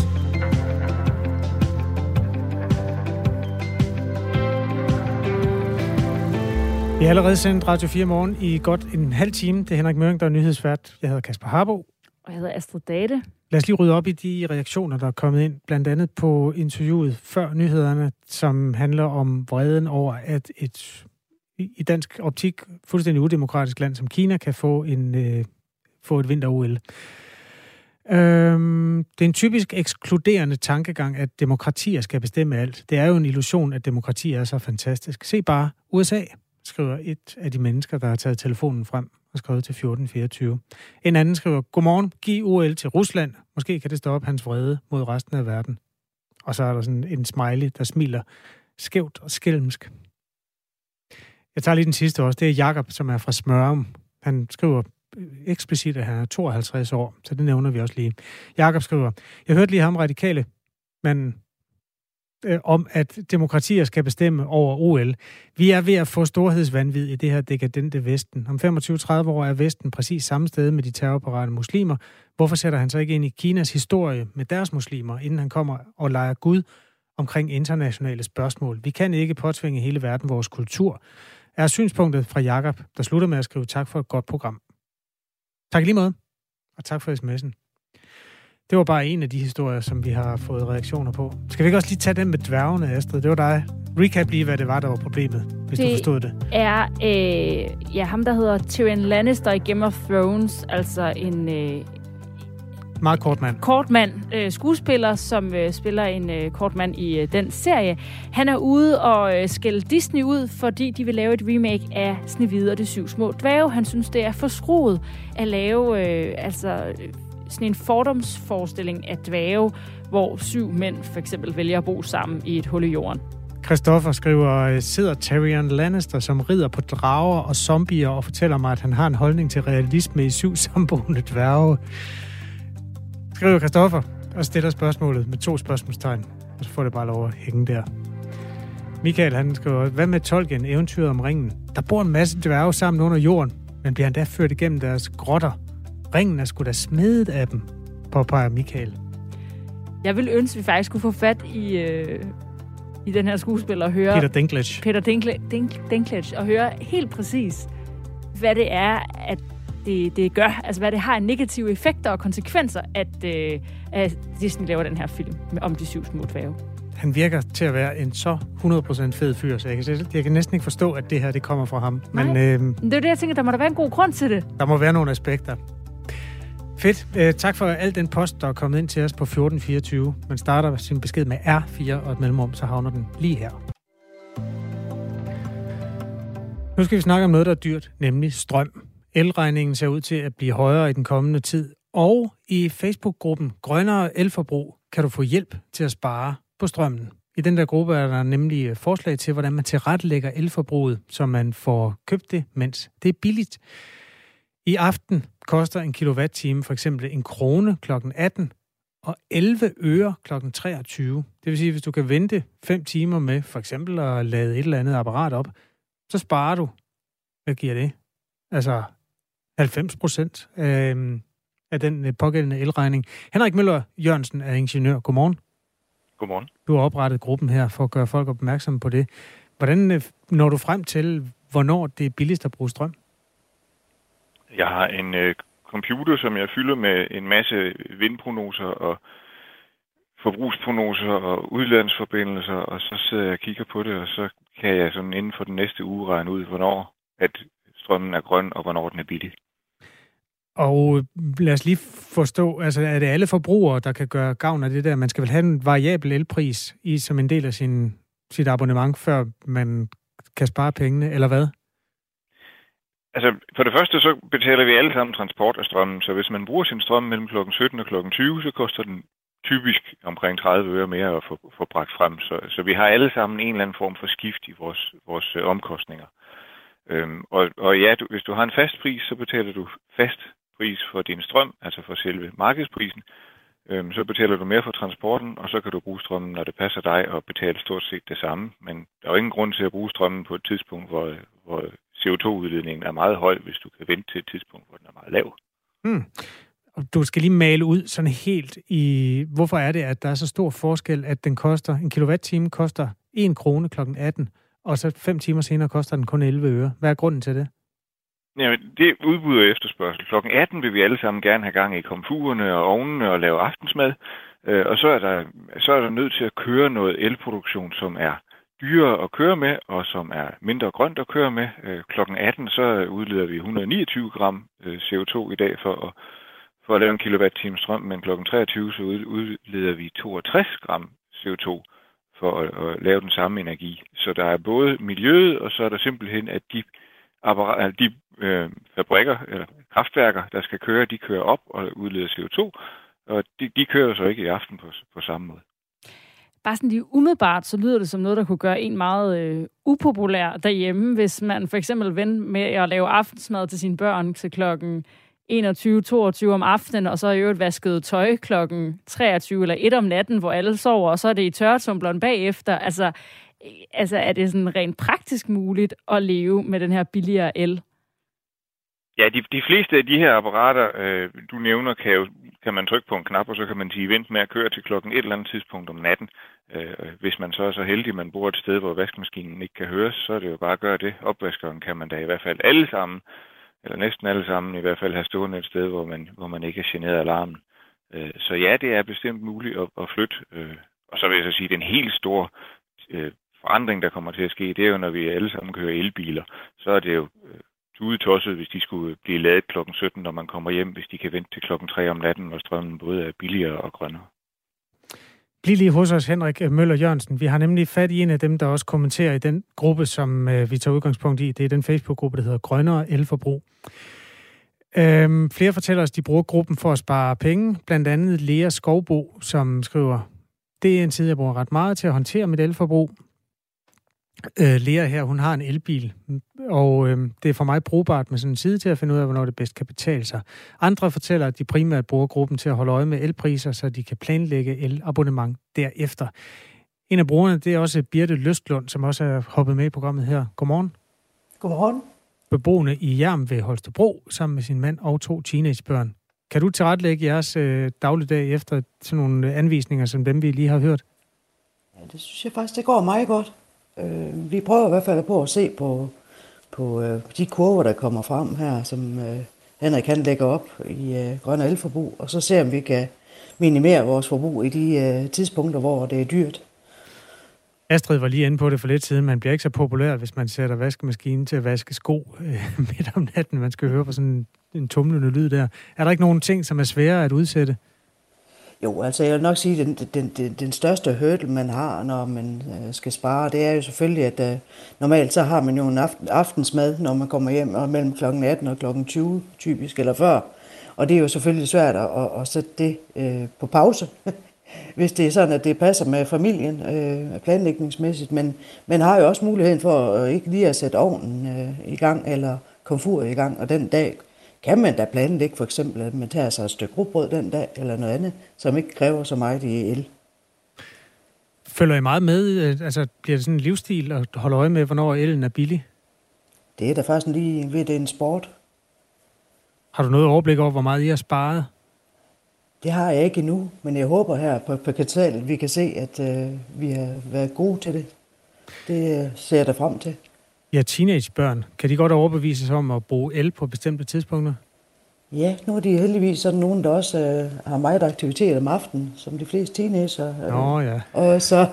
Vi har allerede sendt Radio 4 morgen i godt en halv time. Det er Henrik Møring, der er nyhedsvært. Jeg hedder Kasper Harbo. Og jeg hedder Astrid Date. Lad os lige rydde op i de reaktioner, der er kommet ind, blandt andet på interviewet før nyhederne, som handler om vreden over, at et i dansk optik fuldstændig udemokratisk land som Kina kan få et vinter-OL. Det er en typisk ekskluderende tankegang, at demokratier skal bestemme alt. Det er jo en illusion, at demokrati er så fantastisk. Se bare USA, skriver et af de mennesker, der har taget telefonen frem og skrevet til 1424. En anden skriver, godmorgen, giv OL til Rusland. Måske kan det stoppe hans vrede mod resten af verden. Og så er der sådan en smiley, der smiler skævt og skælmsk. Jeg tager lige den sidste også. Det er Jakob, som er fra Smørum. Han skriver eksplicit, at han er 52 år, så det nævner vi også lige. Jakob skriver, jeg hørte lige ham radikale, men om, at demokratier skal bestemme over OL. Vi er ved at få storhedsvanvid i det her dekadente Vesten. Om 25-30 år er Vesten præcis samme sted med de terrorparate muslimer. Hvorfor sætter han så ikke ind i Kinas historie med deres muslimer, inden han kommer og leger Gud omkring internationale spørgsmål? Vi kan ikke påtvinge hele verden vores kultur. Er synspunktet fra Jakob, der slutter med at skrive tak for et godt program. Tak i lige måde, og tak for sms'en. Det var bare en af de historier, som vi har fået reaktioner på. Skal vi ikke også lige tage den med dværgene, Astrid? Det var dig. Recap lige, hvad det var, der var problemet, hvis du forstod det. Det er ham, der hedder Tyrion Lannister i Game of Thrones, altså en meget kort mand. Kort mand, skuespiller, som spiller en kort mand i den serie. Han er ude og skælde Disney ud, fordi de vil lave et remake af Snehvide og de 7 små dværge. Han synes, det er for skruet at lave sådan en fordomsforestilling af dværge, hvor 7 mænd for eksempel vælger at bo sammen i et hul i jorden. Christoffer skriver, sidder Tyrion Lannister som rider på drager og zombier og fortæller mig, at han har en holdning til realisme i 7 samboende dværge. Skriver Christoffer og stiller spørgsmålet med 2 spørgsmålstegn, og så får det bare lov at hænge der. Michael, han skriver, hvad med Tolkien, eventyret om ringen? Der bor en masse dværge sammen under jorden, men bliver endda ført igennem deres grotter. Ringen er sgu da smedet af dem, påpeger Michael. Jeg vil ønske, at vi faktisk kunne få fat i den her skuespiller og høre... Peter Dinklage, og høre helt præcis, hvad det er, at det gør. Altså, hvad det har af negative effekter og konsekvenser, at Disney laver den her film om de 7 små dværge. Han virker til at være en så 100% fed fyr, så jeg kan næsten ikke forstå, at det her det kommer fra ham. Men det er jo det, jeg tænker, der må der være en god grund til det. Der må være nogle aspekter. Fedt. Tak for al den post, der er kommet ind til os på 1424. Man starter sin besked med R4 og et mellemrum, så havner den lige her. Nu skal vi snakke om noget, der er dyrt, nemlig strøm. Elregningen ser ud til at blive højere i den kommende tid. Og i Facebook-gruppen Grønnere Elforbrug kan du få hjælp til at spare på strømmen. I den der gruppe er der nemlig forslag til, hvordan man tilrettelægger elforbruget, så man får købt det, mens det er billigt. I aften koster en kilowatt-time for eksempel 1 krone kl. 18 og 11 øre kl. 23. Det vil sige, hvis du kan vente 5 timer med for eksempel at lade et eller andet apparat op, så sparer du, hvad giver det? Altså 90% af den pågældende elregning. Henrik Møller Jørgensen er ingeniør. Godmorgen. Godmorgen. Du har oprettet gruppen her for at gøre folk opmærksomme på det. Hvordan når du frem til, hvornår det er billigst at bruge strøm? Jeg har en computer, som jeg fylder med en masse vindprognoser og forbrugsprognoser og udlandsforbindelser, og så sidder jeg og kigger på det, og så kan jeg sådan inden for den næste uge regne ud, hvornår at strømmen er grøn, og hvornår den er billig. Og lad os lige forstå, altså er det alle forbrugere, der kan gøre gavn af det der? Man skal vel have en variabel elpris i som en del af sit abonnement, før man kan spare pengene, eller hvad? Altså, for det første så betaler vi alle sammen transport af strømmen, så hvis man bruger sin strøm mellem kl. 17 og kl. 20, så koster den typisk omkring 30 øre mere at få bragt frem. Så vi har alle sammen en eller anden form for skift i vores omkostninger. Og ja, hvis du har en fast pris, så betaler du fast pris for din strøm, altså for selve markedsprisen. Så betaler du mere for transporten, og så kan du bruge strømmen, når det passer dig, og betale stort set det samme. Men der er jo ingen grund til at bruge strømmen på et tidspunkt, hvor CO2-udledningen er meget høj, hvis du kan vente til et tidspunkt, hvor den er meget lav. Du skal lige male ud sådan helt i, hvorfor er det, at der er så stor forskel, at den koster, en kilowatt-time koster 1 krone kl. 18, og så 5 timer senere koster den kun 11 øre. Hvad er grunden til det? Ja, det er udbud og efterspørgsel. Klokken 18 vil vi alle sammen gerne have gang i komfurerne og ovnene og lave aftensmad. Og så er der nødt til at køre noget elproduktion, som er dyrere at køre med, og som er mindre grønt at køre med. Klokken 18 så udleder vi 129 gram CO2 i dag for for at lave en kilowatt-time strøm, men kl. 23 så udleder vi 62 gram CO2 for at lave den samme energi. Så der er både miljøet, og så er der simpelthen, at de fabrikker eller kraftværker, der skal køre, de kører op og udleder CO2, og de kører så ikke i aften på samme måde. Bare sådan lige umiddelbart, så lyder det som noget, der kunne gøre en meget upopulær derhjemme, hvis man for eksempel venter med at lave aftensmad til sine børn til klokken 21-22 om aftenen, og så er i øvrigt vasket tøj klokken 23 eller 1 om natten, hvor alle sover, og så er det i tørretumbleren bagefter. Altså er det sådan rent praktisk muligt at leve med den her billigere el? Ja, de fleste af de her apparater, du nævner, kan man trykke på en knap, og så kan man sige, vent med at køre til klokken et eller andet tidspunkt om natten. Hvis man så er så heldig, at man bor et sted, hvor vaskemaskinen ikke kan høres, så er det jo bare at gøre det. Opvaskeren kan man da i hvert fald alle sammen, eller næsten alle sammen, i hvert fald have stående et sted, hvor man ikke er generet af alarmen. Så ja, det er bestemt muligt at flytte. Og så vil jeg så sige, at den helt store forandring, der kommer til at ske, det er jo, når vi alle sammen kører elbiler. Så er det jo tudetosset, hvis de skulle blive ladet klokken 17, når man kommer hjem, hvis de kan vente til klokken 3 om natten, hvor strømmen både er billigere og grønnere. Bliv lige hos os, Henrik Møller Jørgensen. Vi har nemlig fat i en af dem, der også kommenterer i den gruppe, som vi tager udgangspunkt i. Det er den Facebook-gruppe, der hedder Grønnere Elforbrug. Flere fortæller os, at de bruger gruppen for at spare penge. Blandt andet Lea Skovbo, som skriver, det er en side, jeg bruger ret meget til at håndtere mit elforbrug. Lea her, hun har en elbil, og det er for mig brugbart med sådan en side til at finde ud af, hvornår det bedst kan betale sig. Andre fortæller, at de primært bruger gruppen til at holde øje med elpriser, så de kan planlægge elabonnement derefter. En af brugerne, det er også Birte Løstlund, som også er hoppet med i programmet her. Godmorgen. Godmorgen. Beboende i Hjerm ved Holstebro, sammen med sin mand og 2 teenagebørn. Kan du tilrettelægge jeres dagligdag efter sådan nogle anvisninger, som dem vi lige har hørt? Ja, det synes jeg faktisk, det går meget godt. Vi prøver i hvert fald på at se på de kurver, der kommer frem her, som Henrik kan lægge op i grønne elforbrug, og så se, om vi kan minimere vores forbrug i de tidspunkter, hvor det er dyrt. Astrid var lige inde på det for lidt siden. Man bliver ikke så populær, hvis man sætter vaskemaskinen til at vaske sko midt om natten. Man skal høre på sådan en tumlende lyd der. Er der ikke nogen ting, som er svære at udsætte? Jo, altså jeg vil nok sige, at den største hurdle, man har, når man skal spare, det er jo selvfølgelig, at normalt så har man jo en aftensmad, når man kommer hjem og mellem kl. 18 og kl. 20 typisk, eller før. Og det er jo selvfølgelig svært at sætte det på pause, hvis det er sådan, at det passer med familien planlægningsmæssigt. Men man har jo også muligheden for ikke lige at sætte ovnen i gang, eller komfuret i gang, og den dag kan man da planlægge for eksempel, at man tager sig et stykke rugbrød den dag, eller noget andet, som ikke kræver så meget i el. Følger I meget med? Altså, bliver det sådan en livsstil at holde øje med, hvornår elen er billig? Det er da faktisk lige ved, det er en sport. Har du noget overblik over, hvor meget I har sparet? Det har jeg ikke endnu, men jeg håber her på kvartalet, vi kan se, at vi har været gode til det. Det ser jeg da frem til. Ja, teenagebørn. Kan de godt overbevise sig om at bruge el på bestemte tidspunkter? Ja, nu er de heldigvis sådan nogen, der også har meget aktivitet om aftenen, som de fleste teenager. Nå ja. Og så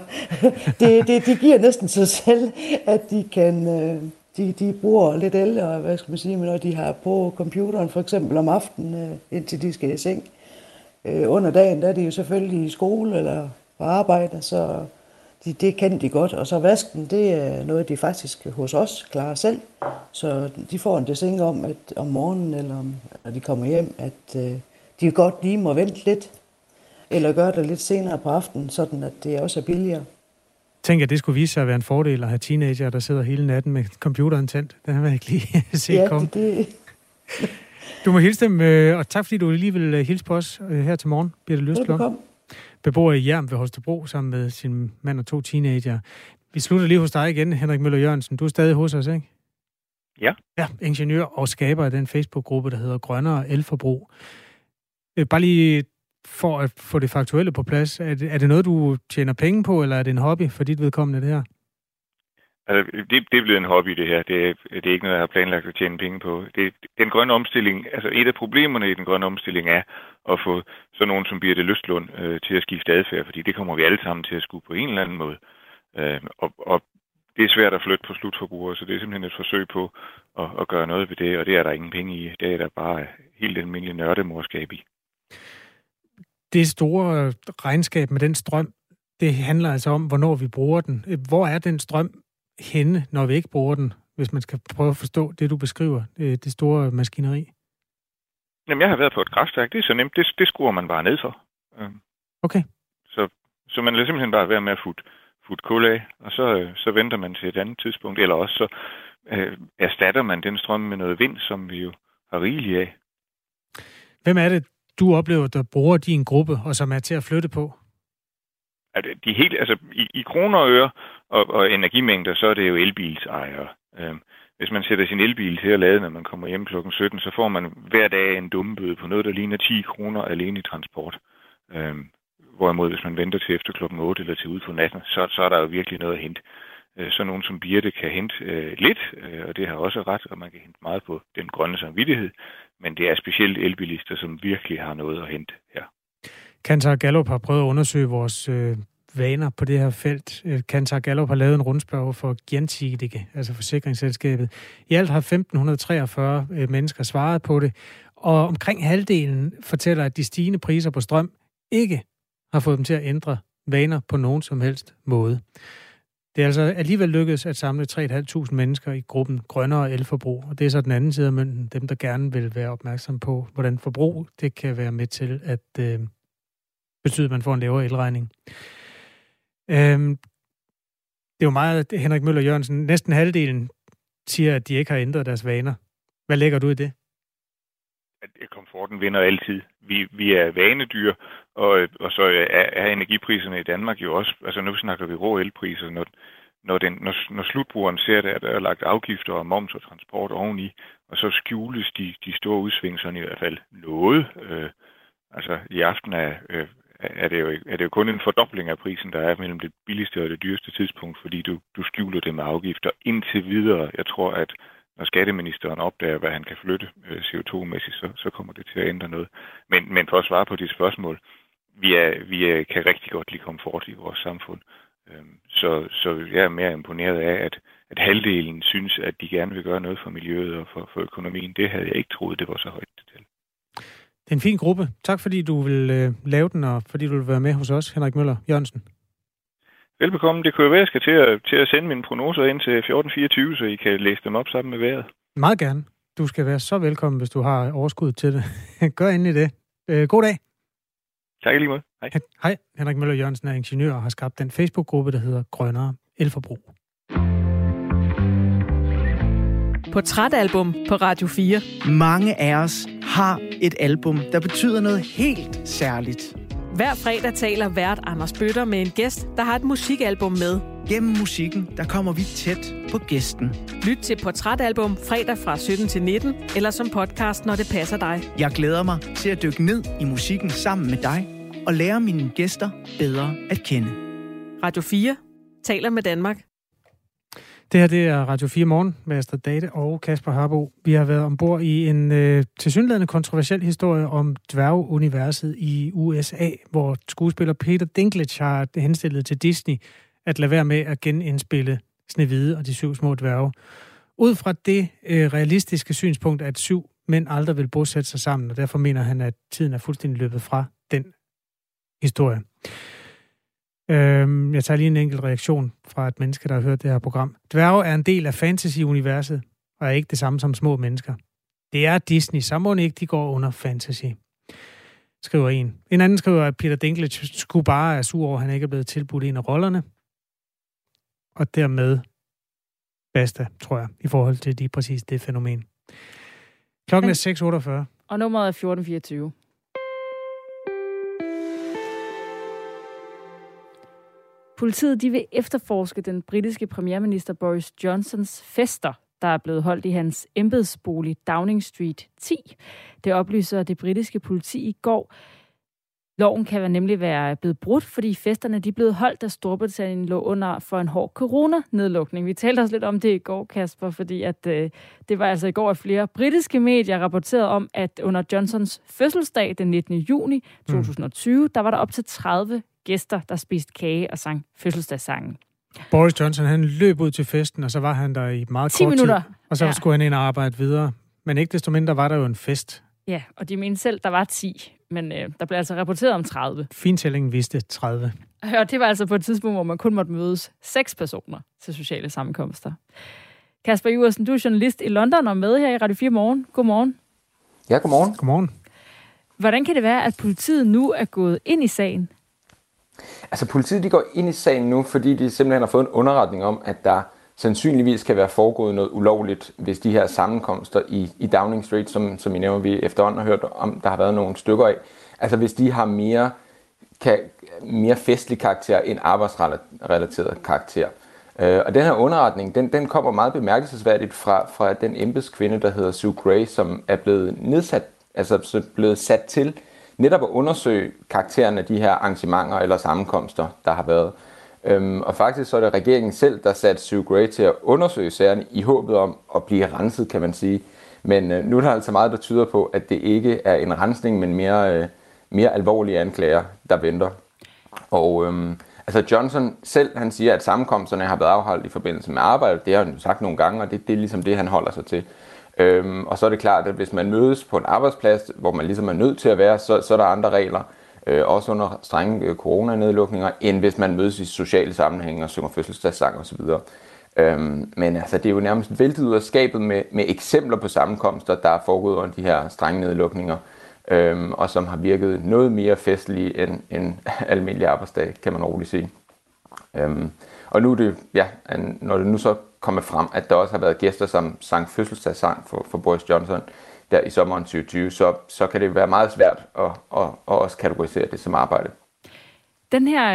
det giver næsten sig selv, at de kan de bruger lidt el, og hvad skal man sige, når de har på computeren for eksempel om aftenen, indtil de skal i seng. Under dagen, der er de jo selvfølgelig i skole eller på arbejde, så det kan de godt. Og så vasken, det er noget, de faktisk hos os klarer selv. Så de får en desing om, at om morgenen, eller når de kommer hjem, at de godt lige må vente lidt, eller gøre det lidt senere på aftenen, sådan at det også er billigere. Tænk, at det skulle vise sig at være en fordel at have teenager, der sidder hele natten med computeren tændt. Det har jeg ikke lige set komme. Det. Du må hilse dem, og tak fordi du lige vil hilse på os her til morgen, Birte Løstlund. Beboer i Hjerm ved Holstebro sammen med sin mand og 2 teenager. Vi slutter lige hos dig igen, Henrik Møller Jørgensen. Du er stadig hos os, ikke? Ja. Ja, ingeniør og skaber af den Facebook-gruppe, der hedder Grønnere Elforbrug. Bare lige for at få det faktuelle på plads. Er det noget, du tjener penge på, eller er det en hobby for dit vedkommende, det her? Altså, det er blevet en hobby, det her. Det er ikke noget, jeg har planlagt at tjene penge på. Den grønne omstilling, altså et af problemerne i den grønne omstilling er at få sådan nogen som Birte Løstlund til at skifte adfærd, fordi det kommer vi alle sammen til at skue på en eller anden måde. Og det er svært at flytte på slutforbrugere, så det er simpelthen et forsøg på at gøre noget ved det, og det er der ingen penge i. Det er der bare helt almindelig nørdemorskab i. Det store regnskab med den strøm, det handler altså om, hvornår vi bruger den. Hvor er den strøm henne, når vi ikke bruger den, hvis man skal prøve at forstå det, du beskriver, det store maskineri? Jamen, jeg har været på et kraftværk. Det er så nemt. Det skruer man bare ned for. Okay. Så man lader simpelthen bare være med at futte kul af, og så venter man til et andet tidspunkt. Eller også så erstatter man den strøm med noget vind, som vi jo har rigeligt af. Hvem er det, du oplever, der bruger din gruppe, og som er til at flytte på? De helt, altså i kroner og øre og energimængder, så er det jo elbilsejere. Hvis man sætter sin elbil til at lade, når man kommer hjem klokken 17, så får man hver dag en dummebøde på noget, der ligner 10 kroner alene i transport. Hvorimod, hvis man venter til efter klokken 8 eller til ude på natten, så er der jo virkelig noget at hente. Så nogen som Birte kan hente lidt, og det har også ret, og man kan hente meget på den grønne samvittighed. Men det er specielt elbilister, som virkelig har noget at hente her. Kantar Gallup har prøvet at undersøge vores vaner på det her felt. Kantar Gallup har lavet en rundspørge for Gjensidige, altså forsikringsselskabet. I alt har 1543 mennesker svaret på det, og omkring halvdelen fortæller, at de stigende priser på strøm ikke har fået dem til at ændre vaner på nogen som helst måde. Det er altså alligevel lykkedes at samle 3.500 mennesker i gruppen grønnere elforbrug, og det er så den anden side af mønten, dem der gerne vil være opmærksom på, hvordan forbrug det kan være med til at betyde, at man får en lavere elregning. Det er jo meget, Henrik Møller Jørgensen, næsten halvdelen siger, at de ikke har ændret deres vaner. Hvad lægger du i det? Komforten vinder altid. Vi er vanedyr, og så er energipriserne i Danmark jo også, altså nu snakker vi rå elpriser, når slutbrugeren ser det, at der er lagt afgifter og moms og transport oveni, og så skjules de store udsving sådan i hvert fald noget. Altså i aften er det jo kun en fordobling af prisen, der er mellem det billigste og det dyreste tidspunkt, fordi du skjuler det med afgifter indtil videre. Jeg tror, at når skatteministeren opdager, hvad han kan flytte CO2-mæssigt, så kommer det til at ændre noget. Men for at svare på dit spørgsmål, vi kan rigtig godt lide komfort i vores samfund. Så jeg er mere imponeret af, at halvdelen synes, at de gerne vil gøre noget for miljøet og for økonomien. Det havde jeg ikke troet, det var så højt til. Det er en fin gruppe. Tak fordi du vil lave den, og fordi du vil være med hos os, Henrik Møller Jørgensen. Velbekomme. Det kunne jo være, at jeg skal til at sende mine prognoser ind til 1424, så I kan læse dem op sammen med vejret. Meget gerne. Du skal være så velkommen, hvis du har overskud til det. Gør endelig det. God dag. Tak lige måde. Hej. Hej. Henrik Møller Jørgensen er ingeniør og har skabt den Facebook-gruppe, der hedder Grønnere Elforbrug. Portrætalbum på Radio 4. Mange af os har et album, der betyder noget helt særligt. Hver fredag taler vært Anders Bøtter med en gæst, der har et musikalbum med. Gennem musikken, der kommer vi tæt på gæsten. Lyt til Portrætalbum fredag fra 17 til 19, eller som podcast, når det passer dig. Jeg glæder mig til at dykke ned i musikken sammen med dig, og lære mine gæster bedre at kende. Radio 4 taler med Danmark. Det her det er Radio 4 Morgen med Astrid Date og Kasper Harbo. Vi har været ombord i en tilsyneladende kontroversiel historie om dværguniverset i USA, hvor skuespiller Peter Dinklage har henstillet til Disney at lade være med at genindspille Snehvide og de 7 små dværge. Ud fra det realistiske synspunkt, at 7 mænd aldrig vil bosætte sig sammen, og derfor mener han, at tiden er fuldstændig løbet fra den historie. Jeg tager lige en enkelt reaktion fra et menneske, der har hørt det her program. Dværge er en del af fantasy-universet, og er ikke det samme som små mennesker. Det er Disney, så må ikke de går under fantasy, skriver en. En anden skriver, at Peter Dinklage skulle bare er sur over, at han ikke er blevet tilbudt en af rollerne. Og dermed basta, tror jeg, i forhold til lige præcis det fænomen. Klokken er 6:48. Og nummeret er 1424. Politiet de vil efterforske den britiske premierminister Boris Johnsons fester, der er blevet holdt i hans embedsbolig Downing Street 10. Det oplyser det britiske politi i går. Loven kan nemlig være blevet brudt, fordi festerne de er blevet holdt, da Storbritannien lå under for en hård coronanedlukning. Vi talte også lidt om det i går, Kasper, fordi at, det var altså i går, at flere britiske medier rapporterede om, at under Johnsons fødselsdag den 19. juni 2020, der var der op til 30 gæster, der spiste kage og sang fødselsdagssangen. Boris Johnson, han løb ud til festen, og så var han der i meget 10 kort minutter. Tid, og så skulle han ind og arbejde videre. Men ikke desto mindre var der jo en fest. Ja, og de mente selv, der var 10. Men der blev altså rapporteret om 30. Fintællingen viste 30. Og det var altså på et tidspunkt, hvor man kun måtte mødes 6 personer til sociale sammenkomster. Kasper Iversen, du er journalist i London og med her i Radio 4 Morgen. Godmorgen. Ja, godmorgen. Godmorgen. Hvordan kan det være, at politiet nu er gået ind i sagen? Altså politiet de går ind i sagen nu, fordi de simpelthen har fået en underretning om, at der sandsynligvis kan være foregået noget ulovligt, hvis de her sammenkomster i Downing Street, som I nævner, vi efterhånden har hørt om, der har været nogle stykker af. Altså hvis de har mere festlig karakter end arbejdsrelateret karakter. Og den her underretning, den kommer meget bemærkelsesværdigt fra den embedskvinde, der hedder Sue Gray, som er blevet sat til netop at undersøge karakteren af de her arrangementer eller sammenkomster, der har været. Og faktisk så er det regeringen selv, der satte Sue Gray til at undersøge sagerne i håbet om at blive renset, kan man sige. Men nu er der altså meget, der tyder på, at det ikke er en rensning, men mere alvorlige anklager, der venter. Og Johnson selv, han siger, at sammenkomsterne har været afholdt i forbindelse med arbejde. Det har han sagt nogle gange, og det er ligesom det, han holder sig til. Og så er det klart, at hvis man mødes på en arbejdsplads, hvor man ligesom er nødt til at være, så er der andre regler, også under strenge coronanedlukninger, end hvis man mødes i sociale sammenhænge og synger fødselsdagssang osv. Men altså, det er jo nærmest væltet ud af skabet med eksempler på sammenkomster, der er foregået under de her strenge nedlukninger, og som har virket noget mere festlige end almindelig arbejdsdag, kan man roligt sige. Og nu er det, når det nu så kommer frem, at der også har været gæster, som sang fødselsdagssang for Boris Johnson der i sommeren 2020, så kan det være meget svært at også kategorisere det som arbejde. Den her,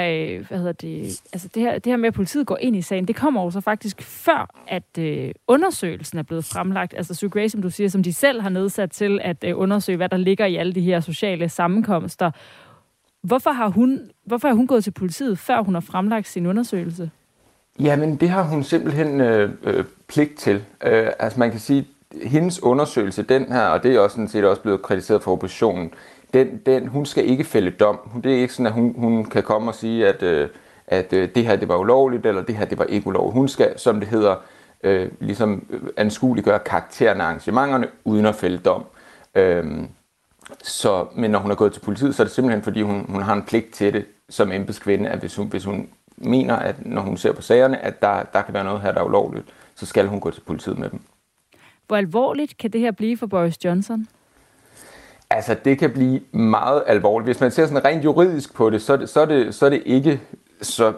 det her med, at politiet går ind i sagen, det kommer jo så faktisk før, at undersøgelsen er blevet fremlagt. Altså Sue Gray, som du siger, som de selv har nedsat til at undersøge, hvad der ligger i alle de her sociale sammenkomster. Hvorfor har hun gået til politiet, før hun har fremlagt sin undersøgelse? Jamen, det har hun simpelthen pligt til. Altså man kan sige, hendes undersøgelse, den her, og det er også sådan set også blevet kritiseret for oppositionen, hun skal ikke fælde dom. Det er ikke sådan, at hun kan komme og sige, at det her det var ulovligt, eller det her det var ikke ulovligt. Hun skal, som det hedder, ligesom anskueliggøre karakteren af arrangementerne, uden at fælde dom. Men når hun er gået til politiet, så er det simpelthen, fordi hun har en pligt til det som embedskvinde, at hvis hun mener, at når hun ser på sagerne, at der kan være noget her, der er ulovligt, så skal hun gå til politiet med dem. Hvor alvorligt kan det her blive for Boris Johnson? Altså, det kan blive meget alvorligt. Hvis man ser sådan rent juridisk på det, så er det ikke så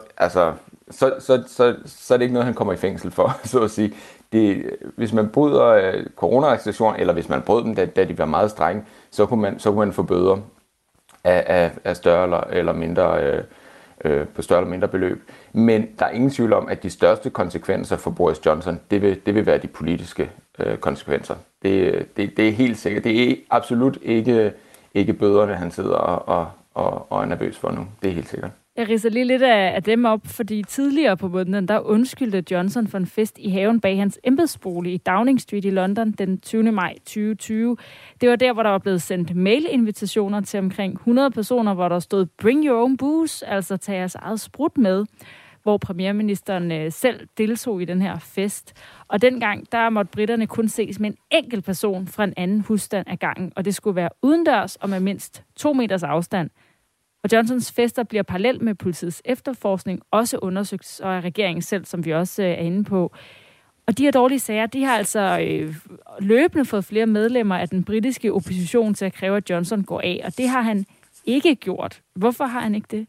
er det ikke noget, han kommer i fængsel for, så at sige. Hvis man bryder coronarestriktioner, eller hvis man brød dem, da de var meget strenge, så kunne man få bøder af større eller mindre på større eller mindre beløb. Men der er ingen tvivl om, at de største konsekvenser for Boris Johnson, det vil være de politiske konsekvenser. Det er helt sikkert. Det er absolut ikke bøderne, han sidder og er nervøs for nu. Det er helt sikkert. Jeg ridser lige lidt af dem op, fordi tidligere på måneden, der undskyldte Johnson for en fest i haven bag hans embedsbolig i Downing Street i London den 20. maj 2020. Det var der, hvor der var blevet sendt mail-invitationer til omkring 100 personer, hvor der stod "Bring your own booze", altså tag jeres eget sprut med, hvor premierministeren selv deltog i den her fest. Og dengang, der måtte britterne kun ses med en enkelt person fra en anden husstand ad gangen, og det skulle være udendørs og med mindst 2 meters afstand. Og Johnsons fester bliver parallelt med politiets efterforskning også undersøgt af regeringen selv, som vi også er inde på. Og de her dårlige sager, de har altså løbende fået flere medlemmer af den britiske opposition til at kræve, at Johnson går af. Og det har han ikke gjort. Hvorfor har han ikke det?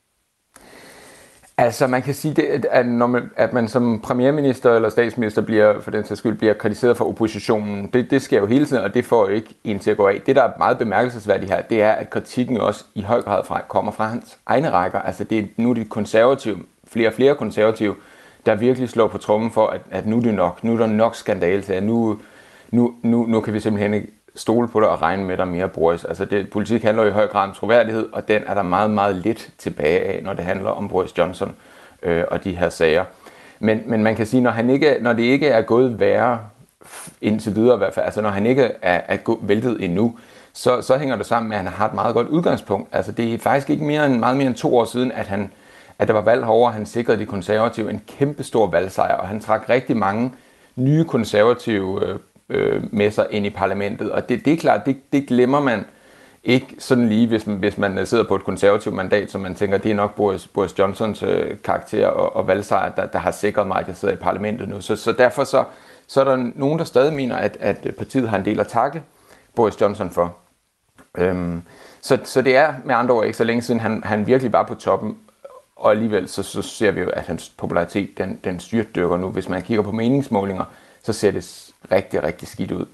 Altså man kan sige, at man som premierminister eller statsminister bliver kritiseret for oppositionen. Det sker jo hele tiden, og det får jo ikke en til at gå af. Det, der er meget bemærkelsesværdigt her, det er, at kritikken også i høj grad kommer fra hans egne rækker. Altså nu er det konservative, flere og flere konservative, der virkelig slår på trommen for, at nu er det nok. Nu er der nok skandale til, at nu kan vi simpelthen ikke stole på det og regne med dig mere, Boris. Altså politik handler i høj grad om troværdighed, og den er der meget, meget lidt tilbage af, når det handler om Boris Johnson og de her sager. Men man kan sige, når det ikke er gået værre indtil videre i hvert fald, altså når han ikke er væltet endnu, så hænger det sammen med, at han har et meget godt udgangspunkt. Altså det er faktisk ikke meget mere end 2 år siden, at der var valg herovre, han sikrede de konservative en kæmpe stor valgsejr, og han trak rigtig mange nye konservative med sig ind i parlamentet. Og det er klart, det glemmer man Ikke sådan lige, hvis man sidder på et konservativt mandat, så man tænker, det er nok Boris Johnsons karakter og valgsejr, der har sikret mig, at jeg sidder i parlamentet nu. Så derfor så er der nogen, der stadig mener, at partiet har en del at takke Boris Johnson for. Så det er med andre ord ikke så længe siden, han virkelig var på toppen, og alligevel så ser vi jo, at hans popularitet den styrtdykker nu. Hvis man kigger på meningsmålinger, så ser det rigtig, rigtig skidt ud.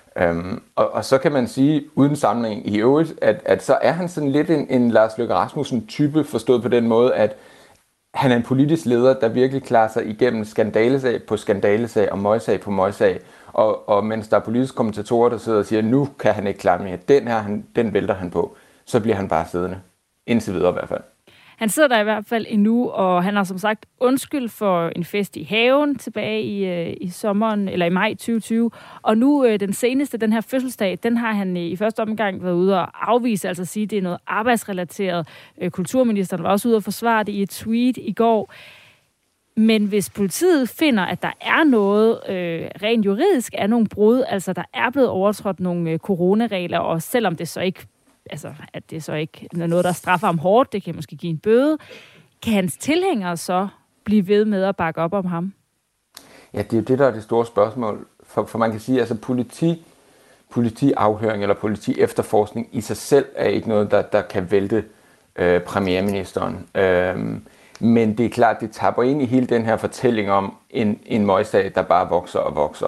Og så kan man sige, uden sammenligning i øvrigt, at så er han sådan lidt en Lars Løkke Rasmussen type, forstået på den måde, at han er en politisk leder, der virkelig klarer sig igennem skandalesag på skandalesag og møgsag på møgsag. Og mens der er politiske kommentatorer, der sidder og siger, nu kan han ikke klare mere, den vælter han på, så bliver han bare siddende. Indtil videre i hvert fald. Han sidder der i hvert fald endnu, og han har som sagt undskyld for en fest i haven tilbage i sommeren, eller i maj 2020. Og nu den seneste, den her fødselsdag, den har han i første omgang været ude og afvise, altså sige, at det er noget arbejdsrelateret. Kulturministeren var også ude og forsvare det i et tweet i går. Men hvis politiet finder, at der er noget rent juridisk, er nogle brud, altså der er blevet overtrådt nogle coronaregler, og selvom det så ikke at det så ikke er noget, der straffer ham hårdt, det kan måske give en bøde. Kan hans tilhængere så blive ved med at bakke op om ham? Ja, det er jo det, der er det store spørgsmål. For man kan sige, altså politiafhøring eller politiefterforskning i sig selv er ikke noget, der kan vælte premierministeren. Men det er klart, det tapper ind i hele den her fortælling om en møgsag, der bare vokser og vokser.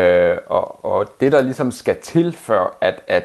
Og det, der ligesom skal til, før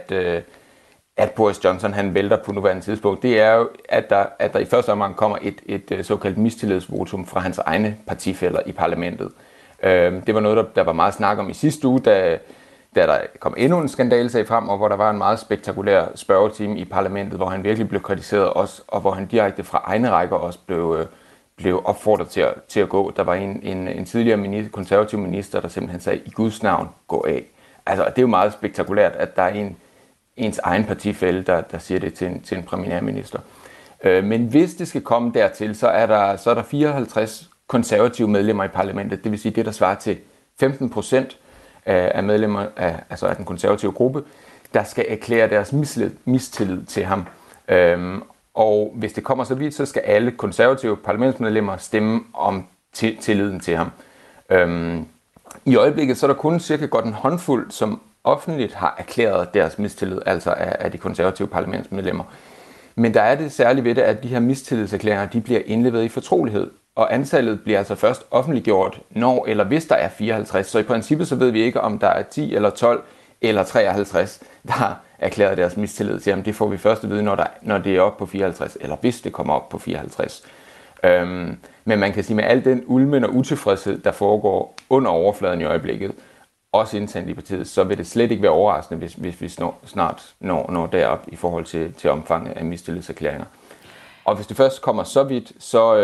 at Boris Johnson han vælter på nuværende tidspunkt, det er jo, at der i første omgang kommer et såkaldt mistillidsvotum fra hans egne partifæller i parlamentet. Det var noget, der var meget snak om i sidste uge, da der kom endnu en skandalesag frem, og hvor der var en meget spektakulær spørgetime i parlamentet, hvor han virkelig blev kritiseret også, og hvor han direkte fra egne rækker også blev opfordret til at gå. Der var en tidligere konservativ minister, der simpelthen sagde, i Guds navn, gå af. Altså, det er jo meget spektakulært, at der er ens egen partifælle, der siger det til en premierminister. Men hvis det skal komme dertil, så er der 54 konservative medlemmer i parlamentet, det vil sige det, der svarer til 15% af medlemmer af den konservative gruppe, der skal erklære deres mistillid til ham. Og hvis det kommer så vidt, så skal alle konservative parlamentsmedlemmer stemme om tilliden til ham. I øjeblikket så er der kun cirka godt en håndfuld, som offentligt har erklæret deres mistillid, altså af de konservative parlamentsmedlemmer. Men der er det særligt ved det, at de her mistillidserklæringer, de bliver indleveret i fortrolighed, og antallet bliver altså først offentliggjort, når eller hvis der er 54. Så i princippet så ved vi ikke, om der er 10 eller 12 eller 53, der har erklæret deres mistillid til ham. Det får vi først at vide, når det er op på 54, eller hvis det kommer op på 54. Men man kan sige, med al den ulmen og utilfredshed, der foregår under overfladen i øjeblikket, også indsendt i partiet, så vil det slet ikke være overraskende, hvis vi snart når derop i forhold til omfanget af mistillidserklæringer. Og hvis det først kommer så vidt,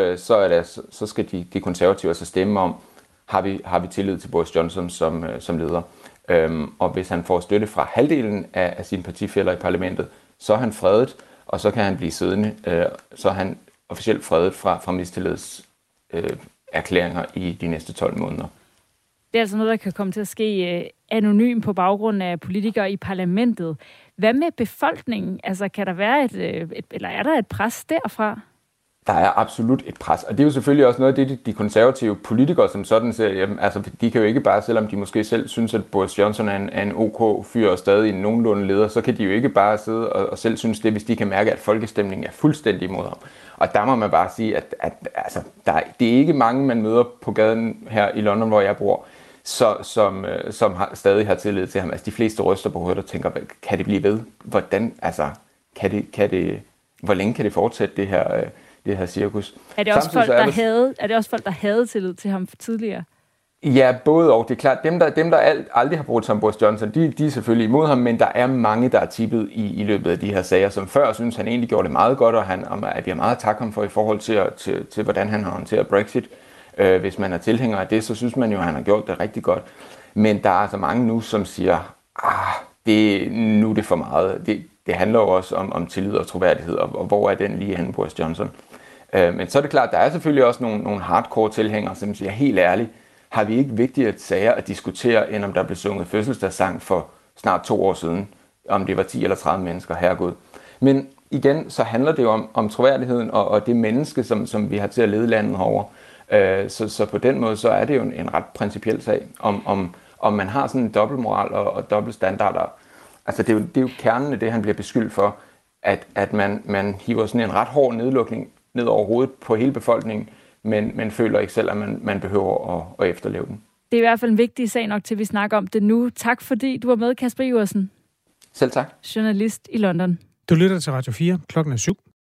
så skal de konservative altså stemme om, har vi tillid til Boris Johnson som leder. Og hvis han får støtte fra halvdelen af sine partifæller i parlamentet, så er han fredet, og så kan han blive siddende. Så er han officielt fredet fra mistillidserklæringer i de næste 12 måneder. Det er altså noget, der kan komme til at ske anonym på baggrund af politikere i parlamentet. Hvad med befolkningen? Altså, kan der være eller er der et pres derfra? Der er absolut et pres, og det er jo selvfølgelig også noget af det, de konservative politikere som sådan siger, jamen, altså, de kan jo ikke bare, selvom de måske selv synes, at Boris Johnson er en OK fyr og stadig en nogenlunde leder, så kan de jo ikke bare sidde og selv synes det, hvis de kan mærke, at folkestemningen er fuldstændig imod ham. Og der må man bare sige, at altså, det er ikke mange, man møder på gaden her i London, hvor jeg bor, som stadig har tillid til ham. Altså de fleste ryster på hovedet og tænker, kan det blive ved? Hvordan, altså, hvor længe kan det fortsætte, det her cirkus? Er det også folk, der havde tillid til ham tidligere? Ja, både og. Det er klart, dem der aldrig har brugt som Boris Johnson, de er selvfølgelig imod ham, men der er mange, der er tippet i løbet af de her sager, som før synes, han egentlig gjorde det meget godt, og at vi har meget at takke ham for i forhold til hvordan han har håndteret Brexit. Hvis man er tilhænger af det, så synes man jo, at han har gjort det rigtig godt. Men der er altså mange nu, som siger, nu er det for meget. Det handler jo også om tillid og troværdighed, og hvor er den lige henne, Boris Johnson? Men så er det klart, der er selvfølgelig også nogle hardcore tilhængere, som siger, helt ærligt, har vi ikke vigtigere sager at diskutere, end om der blev sunget fødselsdagssang for snart 2 år siden? om det var 10 eller 30 mennesker, herregud. Men igen, så handler det jo om troværdigheden og det menneske, som vi har til at lede landet herover. Så på den måde, så er det jo en ret principiel sag, om man har sådan en dobbeltmoral og dobbeltstandarder. Altså det er jo kernen af det, han bliver beskyldt for, at man hiver sådan en ret hård nedlukning ned over hovedet på hele befolkningen, men føler ikke selv, at man behøver at efterleve den. Det er i hvert fald en vigtig sag nok til, at vi snakker om det nu. Tak fordi du var med, Kasper Iversen. Selv tak. Journalist i London. Du lytter til Radio 4. Klokken er 7.